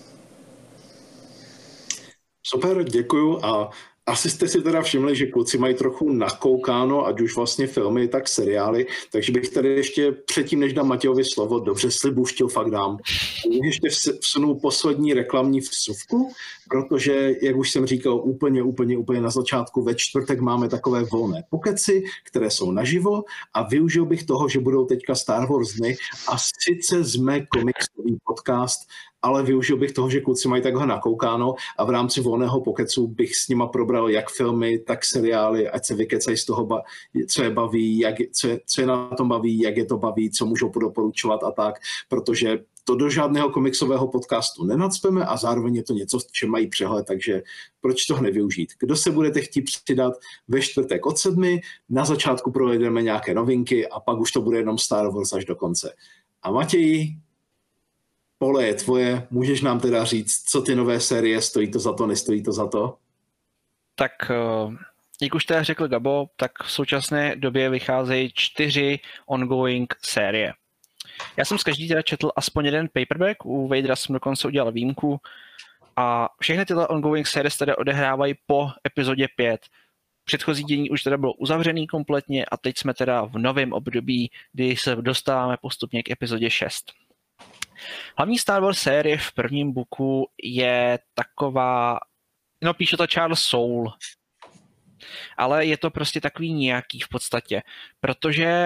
Super, děkuju a asi jste si teda všimli, že kluci mají trochu nakoukáno, ať už vlastně filmy, tak seriály, takže bych tady ještě předtím, než dám Matějovi slovo, dobře slibu, už fakt dám, ještě vsunu poslední reklamní vsuvku, protože, jak už jsem říkal úplně na začátku, ve čtvrtek máme takové volné pokeci, které jsou naživo a využil bych toho, že budou teďka Star Wars dny a sice jsme komiksový podcast, ale využil bych toho, že kluci mají takhle nakoukáno a v rámci volného pokecu bych s nima probral jak filmy, tak seriály, ať se vykecají z toho, co je baví, co je na tom baví, jak je to baví, co můžou doporučovat a tak, protože to do žádného komiksového podcastu nenacpeme a zároveň je to něco, v čem mají přehled, takže proč toho nevyužít? Kdo se budete chtít přidat ve čtvrtek od 7, na začátku projedeme nějaké novinky a pak už to bude jenom Star Wars až do konce. A Matěj, pole je tvoje, můžeš nám teda říct, co ty nové série, stojí to za to, nestojí to za to? Tak, jak už teda řekl Gabo, tak v současné době vycházejí 4 ongoing série. Já jsem z každý teda četl aspoň jeden paperback, u Vadera jsem dokonce udělal výjimku a všechny tyhle ongoing série teda odehrávají po epizodě 5. Předchozí dění už teda bylo uzavřený kompletně a teď jsme teda v novém období, kdy se dostáváme postupně k epizodě 6. Hlavní Star Wars série v prvním booku je taková, no píše to Charles Soule, ale je to prostě takový nějaký v podstatě, protože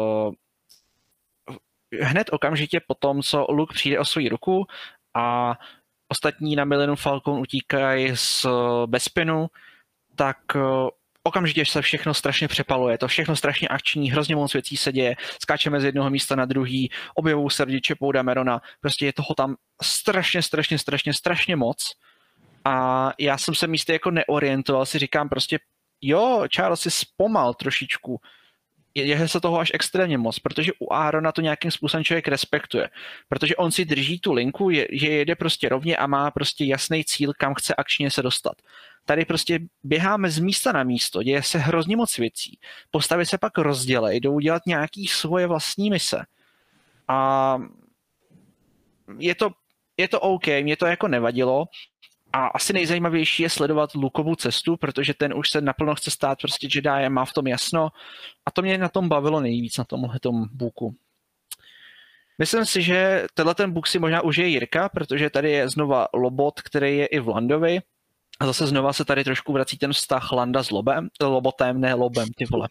hned okamžitě po tom, co Luke přijde o svou ruku a ostatní na Millennium Falcon utíkají z Bespinu, tak okamžitě se všechno strašně přepaluje, je to všechno strašně akční, hrozně moc věcí se děje, skáčeme z jednoho místa na druhý, objevují se rodiče Pouda Merona, prostě je toho tam strašně moc a já jsem se místy jako neorientoval, si říkám prostě jo, Charles si zpomal trošičku, je se toho až extrémně moc, protože u Aarona to nějakým způsobem člověk respektuje, protože on si drží tu linku, že jede prostě rovně a má prostě jasný cíl, kam chce akčně se dostat. Tady prostě běháme z místa na místo, děje se hrozně moc věcí, postavy se pak rozdělej, jdou dělat nějaký svoje vlastní mise. A je to OK, mě to jako nevadilo. A asi nejzajímavější je sledovat Lukovu cestu, protože ten už se naplno chce stát prostě Jediem, má v tom jasno. A to mě na tom bavilo nejvíc, na tomhletom booku. Myslím si, že tenhle book si možná užije Jirka, protože tady je znova Lobot, který je i v Landovi. A zase znova se tady trošku vrací ten vztah Landa s Lobotem, ne Lobem, ty vole.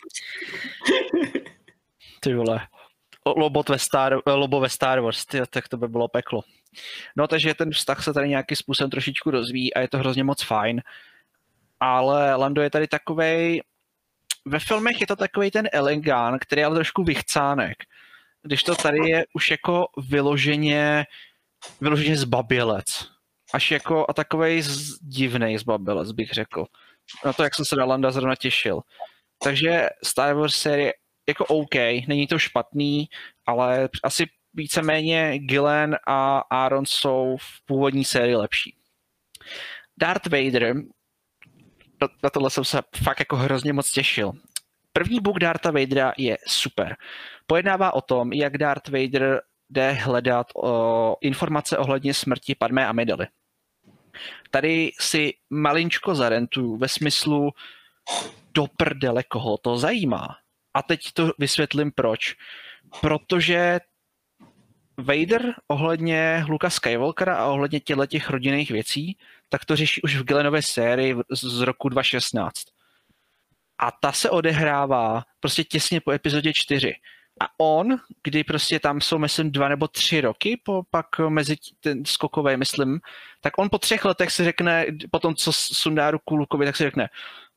Ty vole. Lobo ve Star Wars, tak to by bylo peklo. No, takže ten vztah se tady nějakým způsobem trošičku rozvíjí a je to hrozně moc fajn. Ale Lando je tady takovej, ve filmech je to takovej ten elegán, který je ale trošku vychcánek. Když to tady je už jako vyloženě zbabělec. Až jako a takovej divnej zbabělec, bych řekl. Na to, jak jsem se na Landa zrovna těšil. Takže Star Wars série jako OK, není to špatný, ale asi víceméně Gillen a Aaron jsou v původní sérii lepší. Darth Vader, na tohle jsem se fakt jako hrozně moc těšil. První book Dartha Vadera je super. Pojednává o tom, jak Darth Vader jde hledat informace ohledně smrti Padmé Amidely. Tady si malinčko zarentuju ve smyslu do prdele, koho to zajímá. A teď to vysvětlím proč. Protože Vader ohledně Luka Skywalkera a ohledně těch rodinných věcí, tak to řeší už v Gillenové sérii z roku 2016. A ta se odehrává prostě těsně po epizodě 4. A on, kdy prostě tam jsou, myslím, 2 nebo 3 roky, pak mezi ten skokové, myslím, tak on po 3 letech si řekne, po tom, co sundá ruku Lukovi, tak si řekne,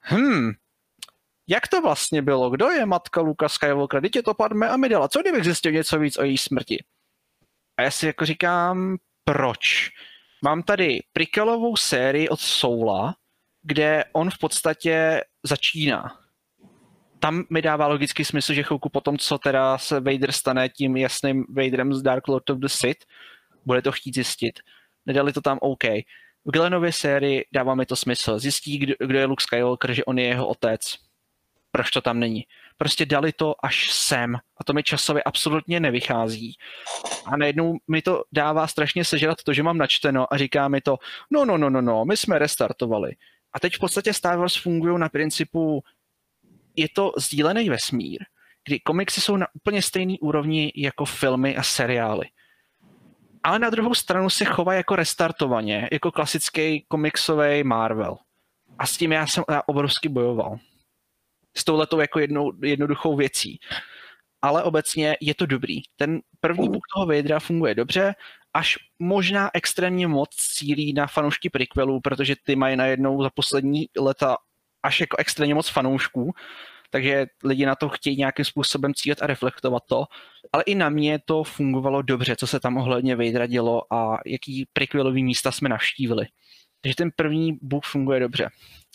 jak to vlastně bylo? Kdo je matka Luka Skywalkera? Teď je to Padmé Amidala. Co kdybych zjistil něco víc o její smrti? A já si jako říkám, proč? Mám tady prequelovou sérii od Soula, kde on v podstatě začíná. tam mi dává logický smysl, že chvilku potom, co teda se Vader stane tím jasným Vaderem z Dark Lord of the Sith, bude to chtít zjistit. Nedali to tam OK. V Gillenově sérii dává mi to smysl. Zjistí, kdo je Luke Skywalker, že on je jeho otec. Proč to tam není? Prostě dali to až sem a to mi časově absolutně nevychází. A najednou mi to dává strašně sežrat to, že mám načteno a říká mi to, no, my jsme restartovali. A teď v podstatě Star Wars fungují na principu, je to sdílený vesmír, kdy komiksy jsou na úplně stejné úrovni jako filmy a seriály. Ale na druhou stranu se chová jako restartovaně, jako klasický komiksový Marvel. A s tím já obrovsky bojoval. S touhletou jako jednoduchou věcí. Ale obecně je to dobrý. Ten první book toho Vadera funguje dobře, až možná extrémně moc cílí na fanoušky prequelů, protože ty mají najednou za poslední leta až jako extrémně moc fanoušků, takže lidi na to chtějí nějakým způsobem cílit a reflektovat to. Ale i na mě to fungovalo dobře, co se tam ohledně Vadera dělo a jaký prequelový místa jsme navštívili. Takže ten první book funguje dobře.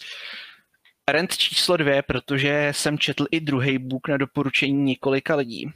Rant číslo 2, protože jsem četl i druhý book na doporučení několika lidí.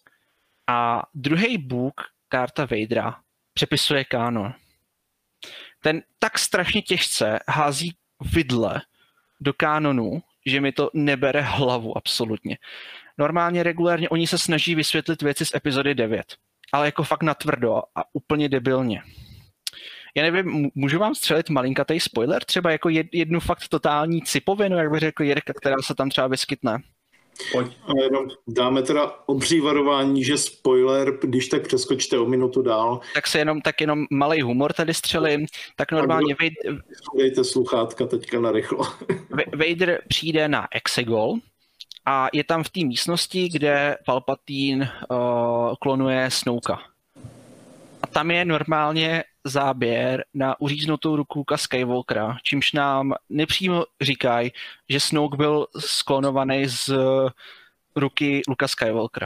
A druhý book, Karta Vadera, přepisuje kánon. Ten tak strašně těžce hází vidle do kánonu, že mi to nebere hlavu absolutně. Normálně, regulérně oni se snaží vysvětlit věci z epizody 9, ale jako fakt natvrdo a úplně debilně. Já nevím, můžu vám střelit malinkatej spoiler? Třeba jako jednu fakt totální cipovinu, jak by řekl Jirka, která se tam třeba vyskytne. Pojď. A jenom dáme teda obří varování, že spoiler, když tak přeskočte o minutu dál. Tak jenom malej humor tady střelím. Tak normálně dejte sluchátka teďka na rychlo. Vader přijde na Exegol a je tam v té místnosti, kde Palpatine klonuje Snowka. A tam je normálně záběr na uříznutou ruku Luka Skywalkera, čímž nám nepřímo říkají, že Snoke byl sklonovaný z ruky Luka Skywalkera.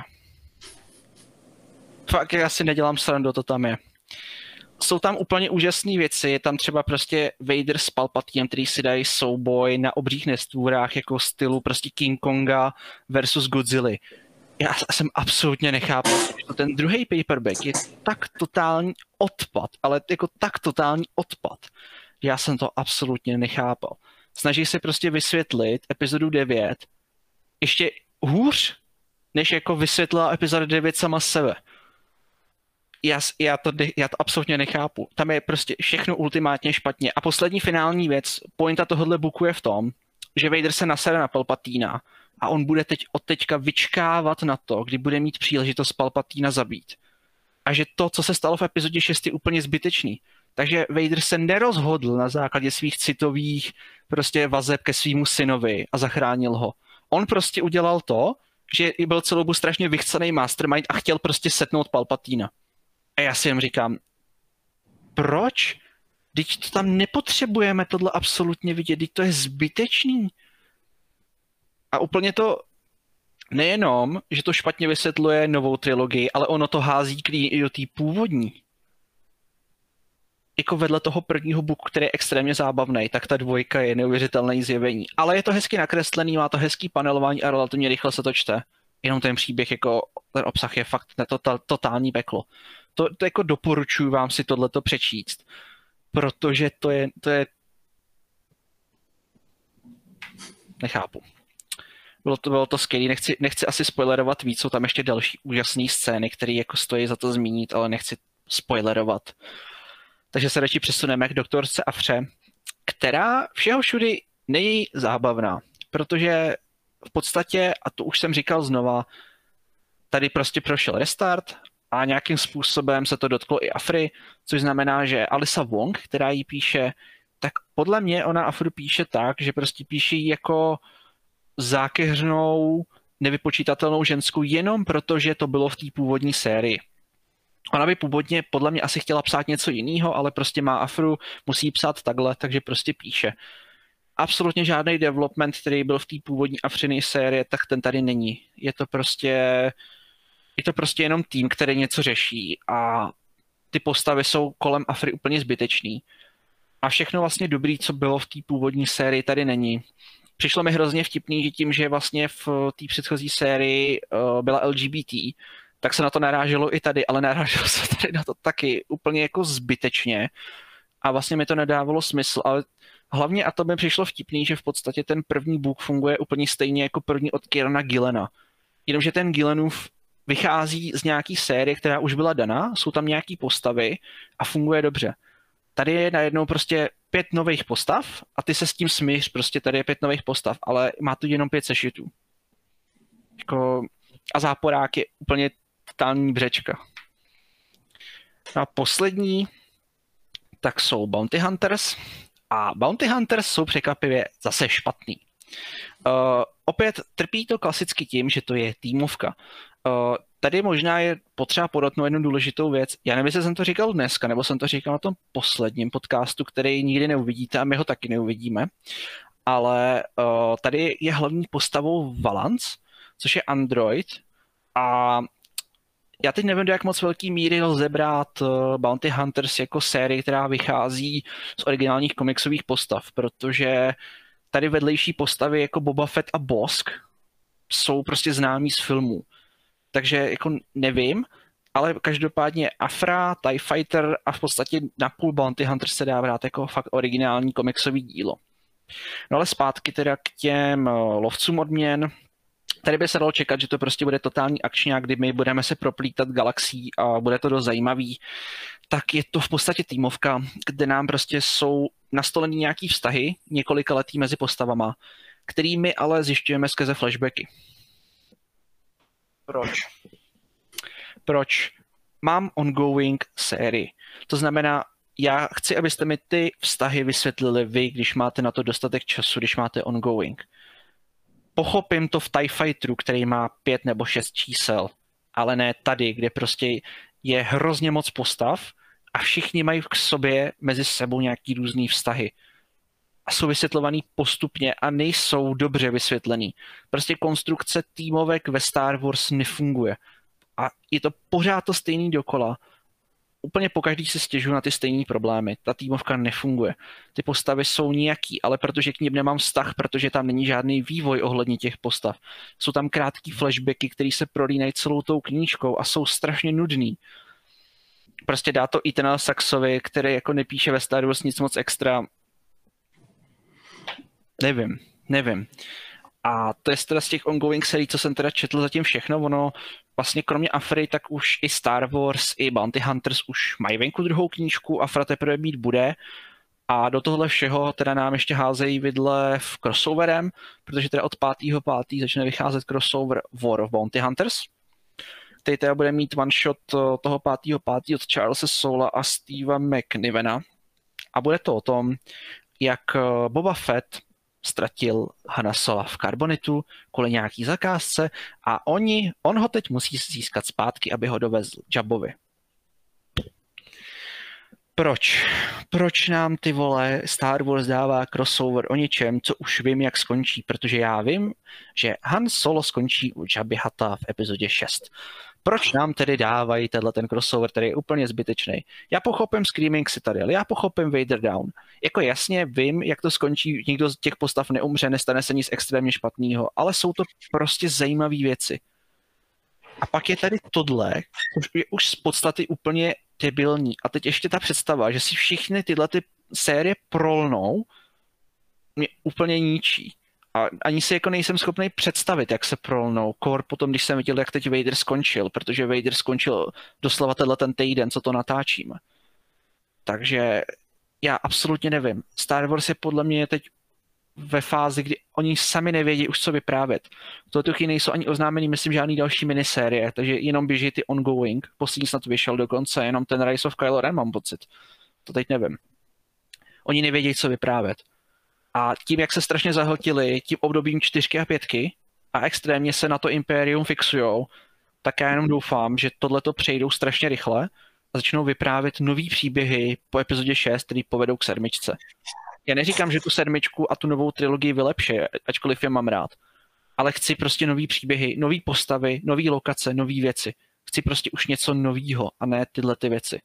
Fakt, já si nedělám srandu, to tam je. Jsou tam úplně úžasné věci, je tam třeba prostě Vader s Palpatinem, který si dají souboj na obřích nestvůrách jako stylu prostě King Konga versus Godzilla. Já jsem absolutně nechápal, že ten druhý paperback je tak totální odpad, ale jako tak totální odpad, že já jsem to absolutně nechápal. Snaží se prostě vysvětlit epizodu 9 ještě hůř, než jako vysvětlila epizoda 9 sama sebe. Já to absolutně nechápu. Tam je prostě všechno ultimátně špatně. A poslední finální věc, pointa tohohle booku je v tom, že Vader se nasere na Palpatina a on bude od teďka vyčkávat na to, kdy bude mít příležitost Palpatina zabít. A že to, co se stalo v epizodě 6, je úplně zbytečný. Takže Vader se nerozhodl na základě svých citových prostě vazeb ke svýmu synovi a zachránil ho. On prostě udělal to, že byl celou dobu strašně vychcený mastermind a chtěl prostě setnout Palpatina. A já si jen říkám, proč? Vždyť to tam nepotřebujeme tohle absolutně vidět, vždyť to je zbytečný. A úplně to nejenom, že to špatně vysvětluje novou trilogii, ale ono to hází i do té původní. Jako vedle toho prvního booku, který je extrémně zábavný, tak ta 2 je neuvěřitelné zjevení. Ale je to hezky nakreslený, má to hezký panelování a relativně rychle se to čte. Jenom ten příběh, jako ten obsah je fakt totální peklo. To jako doporučuji vám si tohleto přečíst, protože to je... Nechápu. Bylo to skvělé, nechci asi spoilerovat víc, jsou tam ještě další úžasné scény, které jako stojí za to zmínit, ale nechci spoilerovat. Takže se radši přesuneme k doktorce Afře, která všeho všudy není zábavná, protože v podstatě, a to už jsem říkal znova, tady prostě prošel restart a nějakým způsobem se to dotklo i Afry, což znamená, že Alyssa Wong, která ji píše, tak podle mě ona Afru píše tak, že prostě píše ji jako zákeřnou, nevypočítatelnou ženskou jenom proto, že to bylo v té původní sérii. Ona by původně podle mě asi chtěla psát něco jiného, ale prostě má Afru, musí psát takhle, takže prostě píše. Absolutně žádný development, který byl v té původní Afřiny série, tak ten tady není. Je to prostě jenom tým, který něco řeší a ty postavy jsou kolem Afry úplně zbytečný. A všechno vlastně dobrý, co bylo v té původní sérii, tady není. přišlo mi hrozně vtipný, že tím, že vlastně v té předchozí sérii byla LGBT, tak se na to naráželo i tady, ale naráželo se tady na to taky úplně jako zbytečně a vlastně mi to nedávalo smysl, ale hlavně, a to mi přišlo vtipný, že v podstatě ten první book funguje úplně stejně jako první od Kierana Gillena. Jenomže ten Gillenův vychází z nějaký série, která už byla daná, jsou tam nějaký postavy a funguje dobře. Tady je najednou prostě 5 nových postav a ty se s tím smíř, prostě tady je 5 nových postav, ale má tu jenom 5 sešitů. Jako, a záporák je úplně totální břečka. A poslední, tak jsou Bounty Hunters. A Bounty Hunters jsou překvapivě zase špatný. Opět trpí to klasicky tím, že to je týmovka. Tady možná je potřeba podotknout jednu důležitou věc. Já nevím, jestli jsem to říkal dneska, nebo jsem to říkal na tom posledním podcastu, který nikdy neuvidíte a my ho taky neuvidíme. Ale tady je hlavní postavou Valance, což je android. A já teď nevím, do jak moc velký míry lze brát Bounty Hunters jako sérii, která vychází z originálních komiksových postav, protože tady vedlejší postavy jako Boba Fett a Bosk jsou prostě známí z filmů. Takže jako nevím, ale každopádně Afra, TIE Fighter a v podstatě napůl Bounty Hunters se dá brát jako fakt originální komiksový dílo. No ale zpátky teda k těm lovcům odměn. Tady by se dalo čekat, že to prostě bude totální akčňák, kdy my budeme se proplítat galaxií a bude to dost zajímavý. Tak je to v podstatě týmovka, kde nám prostě jsou nastolený nějaký vztahy několikaletý mezi postavama, kterými ale zjišťujeme skrze flashbacky. Proč? Mám ongoing sérii. To znamená, já chci, abyste mi ty vztahy vysvětlili vy, když máte na to dostatek času, když máte ongoing. Pochopím to v TIE Fighteru, který má 5 nebo 6 čísel, ale ne tady, kde prostě je hrozně moc postav a všichni mají k sobě mezi sebou nějaký různý vztahy. A jsou vysvětlovaný postupně a nejsou dobře vysvětlený. Prostě konstrukce týmovek ve Star Wars nefunguje. A je to pořád to stejný dokola. Úplně pokaždý se stěžuju na ty stejné problémy. Ta týmovka nefunguje. Ty postavy jsou nějaký, ale protože k nim nemám vztah, protože tam není žádný vývoj ohledně těch postav. Jsou tam krátký flashbacky, které se prolínají celou tou knížkou a jsou strašně nudný. Prostě dá to Eternal Saxovi, který jako nepíše ve Star Wars nic moc extra. Nevím. A to je teda z těch ongoing serií, co jsem teda četl zatím všechno, ono vlastně kromě Afry, tak už i Star Wars, i Bounty Hunters už mají venku druhou knížku, Afra teprve mít bude a do tohle všeho teda nám ještě házejí vidle v crossoverem, protože teda od 5.5. začne vycházet crossover War of Bounty Hunters, který teda bude mít one shot toho 5.5. od Charlesa Soula a Steva McNivena a bude to o tom, jak Boba Fett ztratil Hana Sola v Carbonitu kvůli nějaký zakázce a on ho teď musí získat zpátky, aby ho dovezl Jabbovi. Proč nám ty vole Star Wars dává crossover o něčem, co už vím, jak skončí? Protože já vím, že Han Solo skončí u Jabby Hutta v epizodě 6. Proč nám tedy dávají ten crossover, který je úplně zbytečný? Já pochopím Screaming Citadel, já pochopím Vader Down. Jako jasně vím, jak to skončí, nikdo z těch postav neumře, nestane se nic extrémně špatného, ale jsou to prostě zajímavé věci. A pak je tady tohle, je už z podstaty úplně debilní. A teď ještě ta představa, že si všichni tyhle ty série prolnou, mě úplně ničí. A ani si jako nejsem schopný představit, jak se prolnou. Kor potom, když jsem viděl, jak teď Vader skončil, protože Vader skončil doslova ten týden, co to natáčíme. Takže já absolutně nevím. Star Wars je podle mě teď ve fázi, kdy oni sami nevědí už co vyprávět. V tuto chvíli nejsou ani oznámený, myslím, žádný další minisérie, takže jenom běží ty ongoing. Poslední snad vyšel dokonce, jenom ten Rise of Kylo Ren mám pocit. To teď nevím. Oni nevědí, co vyprávět. A tím, jak se strašně zahltili tím obdobím 4 a 5 a extrémně se na to Imperium fixujou, tak já jenom doufám, že tohleto přejdou strašně rychle a začnou vyprávět nový příběhy po epizodě 6, který povedou k 7. Já neříkám, že tu 7 a tu novou trilogii vylepší, ačkoliv je mám rád. Ale chci prostě nový příběhy, nový postavy, nový lokace, nový věci. Chci prostě už něco novýho a ne tyhle ty věci.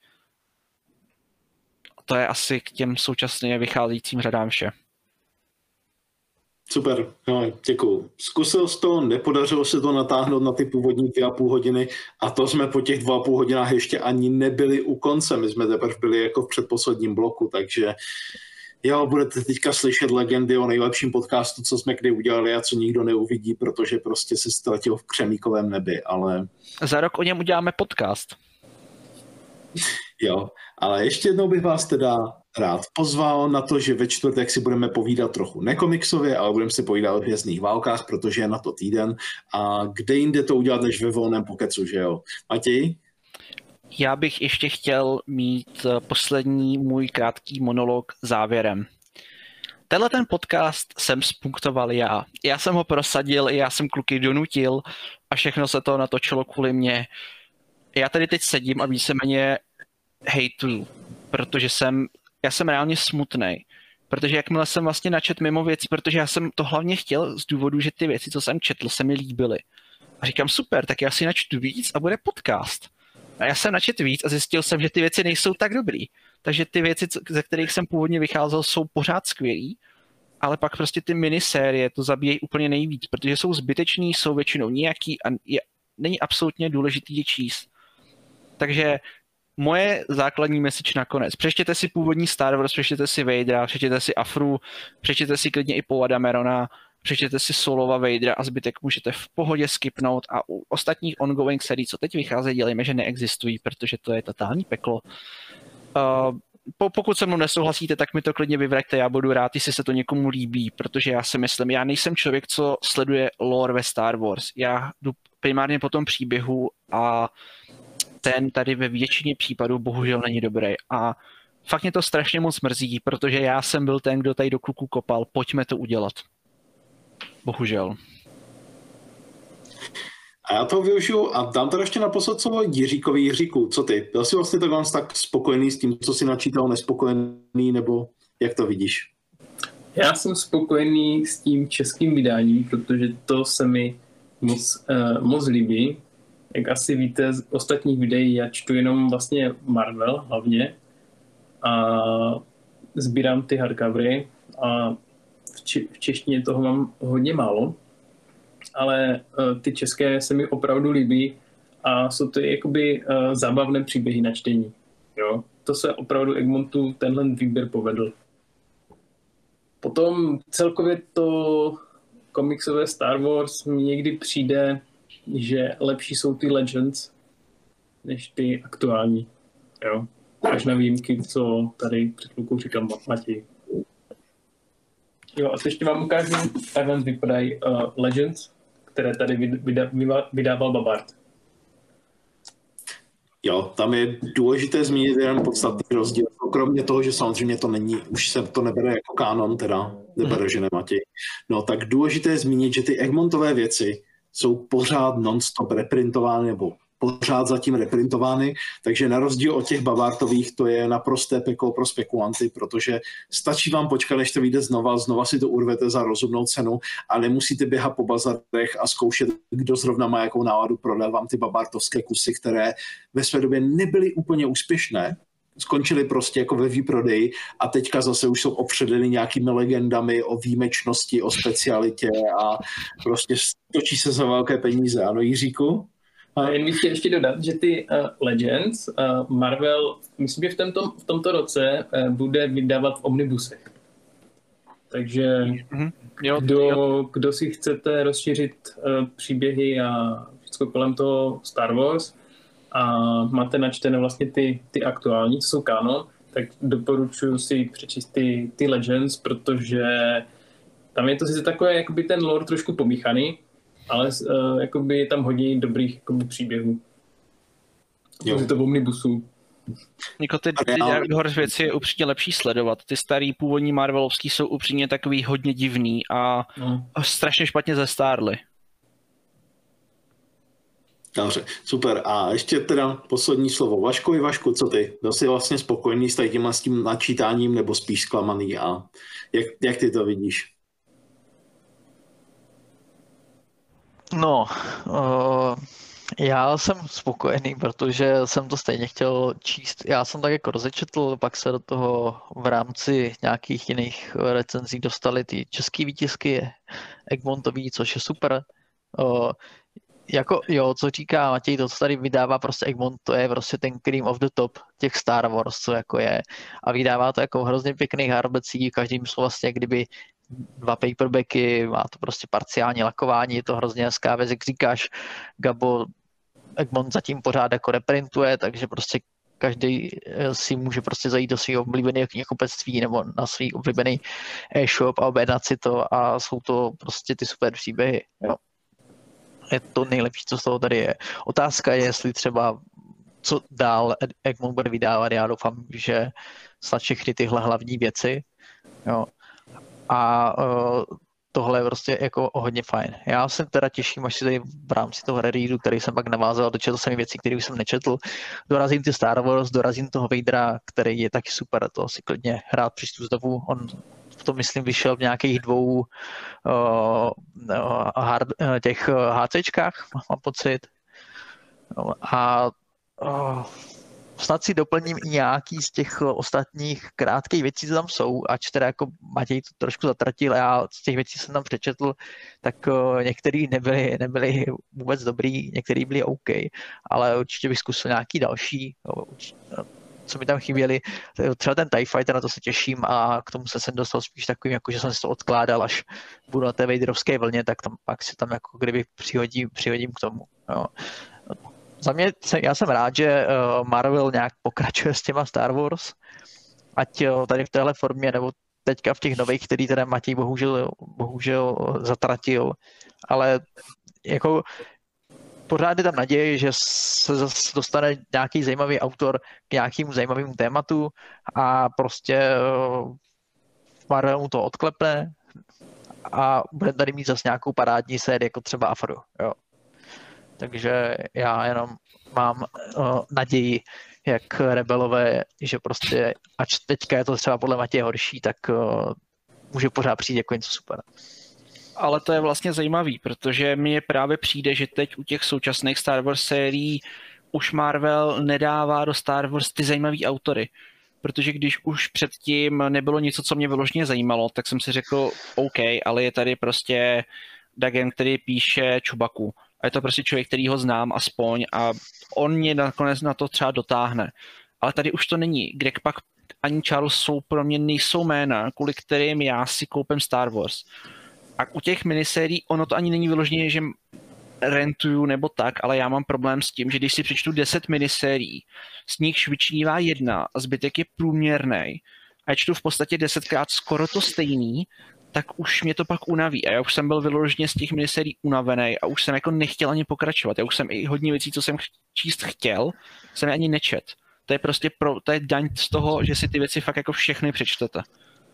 A to je asi k těm současně vycházejícím řadám vše. Super, no, děkuju. Zkusil jsi to, nepodařilo se to natáhnout na ty původní 2,5 hodiny a to jsme po těch 2,5 hodinách ještě ani nebyli u konce, my jsme teprve byli jako v předposledním bloku, takže jo, budete teďka slyšet legendy o nejlepším podcastu, co jsme kdy udělali a co nikdo neuvidí, protože prostě se ztratil v křemíkovém nebi, ale... Za rok o něm uděláme podcast. Jo, ale ještě jednou bych vás teda rád pozval na to, že ve čtvrtek si budeme povídat trochu nekomiksově, ale budeme si povídat o Hvězdných válkách, protože je na to týden a kde jinde to udělat, než ve volném pokecu, že jo? Matěj? Já bych ještě chtěl mít poslední můj krátký monolog závěrem. Tenhle ten podcast jsem spunktoval já. Já jsem ho prosadil, já jsem kluky donutil a všechno se to natočilo kvůli mně. Já tady teď sedím a víceméně hejtuju, protože já jsem reálně smutnej. Protože jakmile jsem vlastně načet mimo věci, protože já jsem to hlavně chtěl z důvodu, že ty věci, co jsem četl, se mi líbily. A říkám, super, tak já si načtu víc a bude podcast. A já jsem načet víc a zjistil jsem, že ty věci nejsou tak dobrý. Takže ty věci, ze kterých jsem původně vycházel, jsou pořád skvělý, ale pak prostě ty minisérie to zabíjejí úplně nejvíc, protože jsou zbyteční, jsou většinou nějaký a není absolutně důležitý je číst. Takže moje základní message nakonec. Přečtěte si původní Star Wars, přečtěte si Vadera, přečtěte si Afru, přečtěte si klidně i Paula Damerona, přečtěte si Solova Vadera a zbytek můžete v pohodě skipnout a u ostatních ongoing serií, co teď vycházejí, dělejme, že neexistují, protože to je totální peklo. Pokud se mnou nesouhlasíte, tak mi to klidně vyvraťte, já budu rád, jestli se to někomu líbí, protože já si myslím, já nejsem člověk, co sleduje lore ve Star Wars. Já jdu primárně po tom příběhu a ten tady ve většině případů bohužel není dobrý. A fakt mě to strašně moc mrzí, protože já jsem byl ten, kdo tady do kluku kopal, pojďme to udělat. Bohužel. A já to využiju a dám to ještě naposled slovo Jiříkovi. Jiříku, co ty? Byl jsi vlastně tak spokojený s tím, co jsi načítal, nespokojený, nebo jak to vidíš? Já jsem spokojený s tím českým vydáním, protože to se mi moc líbí. Jak asi víte z ostatních videí, já čtu jenom vlastně Marvel hlavně a sbírám ty hardcovery a v češtině toho mám hodně málo, ale ty české se mi opravdu líbí a jsou to jakoby zábavné příběhy na čtení. Jo? To se opravdu Egmontu tenhle výběr povedl. Potom celkově to komiksové Star Wars mi někdy přijde, že lepší jsou ty Legends než ty aktuální. Jo? Až na výjimky, co tady před chvilkou říkal Matěj. Jo, a ještě vám ukážu, jak vám vypadají Legends, které tady vydával Babart. Jo, tam je důležité zmínit jeden podstatný rozdíl. Kromě toho, že samozřejmě to není, už se to nebere jako kánon, teda nebere, že ne Matěj. No tak důležité je zmínit, že ty Egmontové věci jsou pořád non-stop reprintovány, nebo pořád zatím reprintovány, takže na rozdíl od těch Bavartových to je naprosté peklo pro spekulanty, protože stačí vám počkat, než to vyjde znova si to urvete za rozumnou cenu a nemusíte běhat po bazarech a zkoušet, kdo zrovna má jakou náladu prodat vám ty babartovské kusy, které ve své době nebyly úplně úspěšné, skončily prostě jako ve výprodeji a teďka zase už jsou opředeny nějakými legendami o výjimečnosti, o specialitě a prostě točí se za velké peníze. Ano, Jiříku? A jen bych chtěl ještě dodat, že ty Legends Marvel, myslím, že v tomto roce bude vydávat v omnibusech. Takže kdo si chcete rozšířit příběhy a všechno kolem toho Star Wars a máte načtené vlastně ty aktuální, co jsou kanon, tak doporučuji si přečíst ty Legends, protože tam je to sice takové, jakoby ten lore trošku pomíchaný, ale jakoby je tam hodně dobrých jakoby příběhů. Je to v omnibusu. Jako ty Dark Horse věci je upřímně lepší sledovat. Ty starý původní Marvelovský jsou upřímně takový hodně divný a strašně špatně zestárly. Dobře, super. A ještě teda poslední slovo. Vašku, co ty? Byl jsi vlastně spokojený s tím načítáním nebo spíš zklamaný a jak ty to vidíš? No, Já jsem spokojený, protože jsem to stejně chtěl číst. Já jsem tak jako rozečetl, pak se do toho v rámci nějakých jiných recenzí dostaly ty české výtisky Egmontový, což je super. Jako jo, co říká Matěj, to, co tady vydává prostě Egmont, to je prostě ten cream of the top těch Star Wars, co jako je. A vydává to jako hrozně pěkných harbecí, každým jsou vlastně kdyby 2 paperbacky, má to prostě parciální lakování, je to hrozně hezká věc, jak říkáš, Gabo, Egmont zatím pořád jako reprintuje, takže prostě každý si může prostě zajít do svého oblíbeného knihkupectví nebo na svý oblíbený e-shop a objednat si to a jsou to prostě ty super příběhy. Jo. Je to nejlepší, co z toho tady je. Otázka je, jestli třeba co dál Egmont bude vydávat. Já doufám, že snad všechny tyhle hlavní věci. Jo. A tohle je prostě jako hodně fajn. Já se teda těším, až si tady v rámci toho rereadu, který jsem pak navázal, dočetl jsem věci, které už jsem nečetl. Dorazím ty Star Wars, dorazím toho Vadera, který je taky super, to si klidně hrát přečtu znovu. On to myslím vyšel v nějakých 2 těch HCčkách, mám pocit. A snad si doplním i nějaký z těch ostatních krátkých věcí, co tam jsou, ač teda jako Matěj to trošku zatratil, já z těch věcí jsem tam přečetl, tak některý nebyly vůbec dobrý, některý byly OK, ale určitě bych zkusil nějaký další, co mi tam chyběly. Třeba ten TIE Fighter, na to se těším a k tomu jsem dostal spíš takovým, jako že jsem si to odkládal, až budu na té Vaderovské vlně, tak tam pak si tam jako kdyby přihodím k tomu. Jo. Za mě, já jsem rád, že Marvel nějak pokračuje s těma Star Wars, ať tady v téhle formě, nebo teďka v těch nových, který teda Matěj bohužel zatratil, ale jako pořád je tam naděje, že se zase dostane nějaký zajímavý autor k nějakému zajímavému tématu a prostě Marvel mu to odklepne a bude tady mít zase nějakou parádní sérii, jako třeba Afro. Jo. Takže já jenom mám naději, jak Rebelové, že prostě, ač teďka je to třeba podle Matěje horší, tak může pořád přijít jako něco super. Ale to je vlastně zajímavý, protože mně právě přijde, že teď u těch současných Star Wars sérií už Marvel nedává do Star Wars ty zajímavý autory. Protože když už předtím nebylo něco, co mě vyloženě zajímalo, tak jsem si řekl, OK, ale je tady prostě Dagen, který píše Chewbaccu. A je to prostě člověk, který ho znám aspoň a on mě nakonec na to třeba dotáhne. Ale tady už to není. Greg Pak ani Charles Soule pro mě nejsou jména, kvůli kterým já si koupím Star Wars. A u těch minisérií ono to ani není vyloženě, že rentuju nebo tak, ale já mám problém s tím, že když si přečtu 10 minisérií, z nichž vyčnívá 1 a zbytek je průměrný a čtu v podstatě 10krát skoro to stejný, tak už mě to pak unaví. A já už jsem byl vyloženě z těch minisérií unavený a už jsem jako nechtěl ani pokračovat. Já už jsem i hodně věcí, co jsem číst chtěl, jsem ani nečet. To je prostě to je daň z toho, že si ty věci fakt jako všechny přečtete.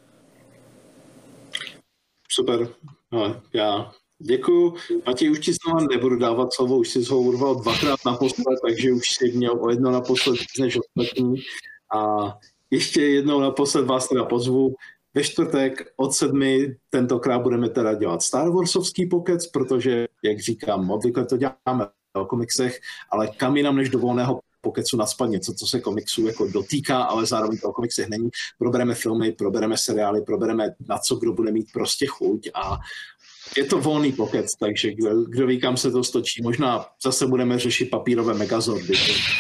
Super. No, já děkuju. Matěj, už ti znova nebudu dávat slovo, už jsi ho urval 2krát naposled, takže už jsi měl o jedno naposled než ostatní. A ještě jednou naposled vás teda pozvu. Ve čtvrtek od 7 tentokrát budeme teda dělat Star Warsovský pokec, protože, jak říkám, obvykle to děláme o komiksech, ale kam jinam než do volného pokecu naspat něco, co se komiksů jako dotýká, ale zároveň to o komiksech není. Probereme filmy, probereme seriály, probereme na co kdo bude mít prostě chuť a je to volný pokec, takže kdo ví, kam se to stočí. Možná zase budeme řešit papírové megazordy.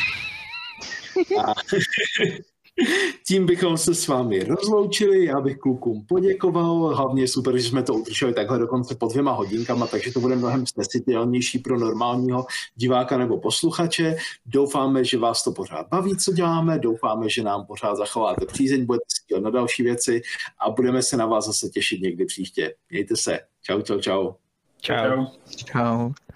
A tím bychom se s vámi rozloučili, já bych klukům poděkoval, hlavně super, že jsme to udrželi takhle dokonce po 2 hodinkama, takže to bude mnohem snesitelnější pro normálního diváka nebo posluchače. Doufáme, že vás to pořád baví, co děláme, doufáme, že nám pořád zachováte přízeň, budete stílet na další věci a budeme se na vás zase těšit někdy příště. Mějte se. Čau, čau, čau. Čau. Čau.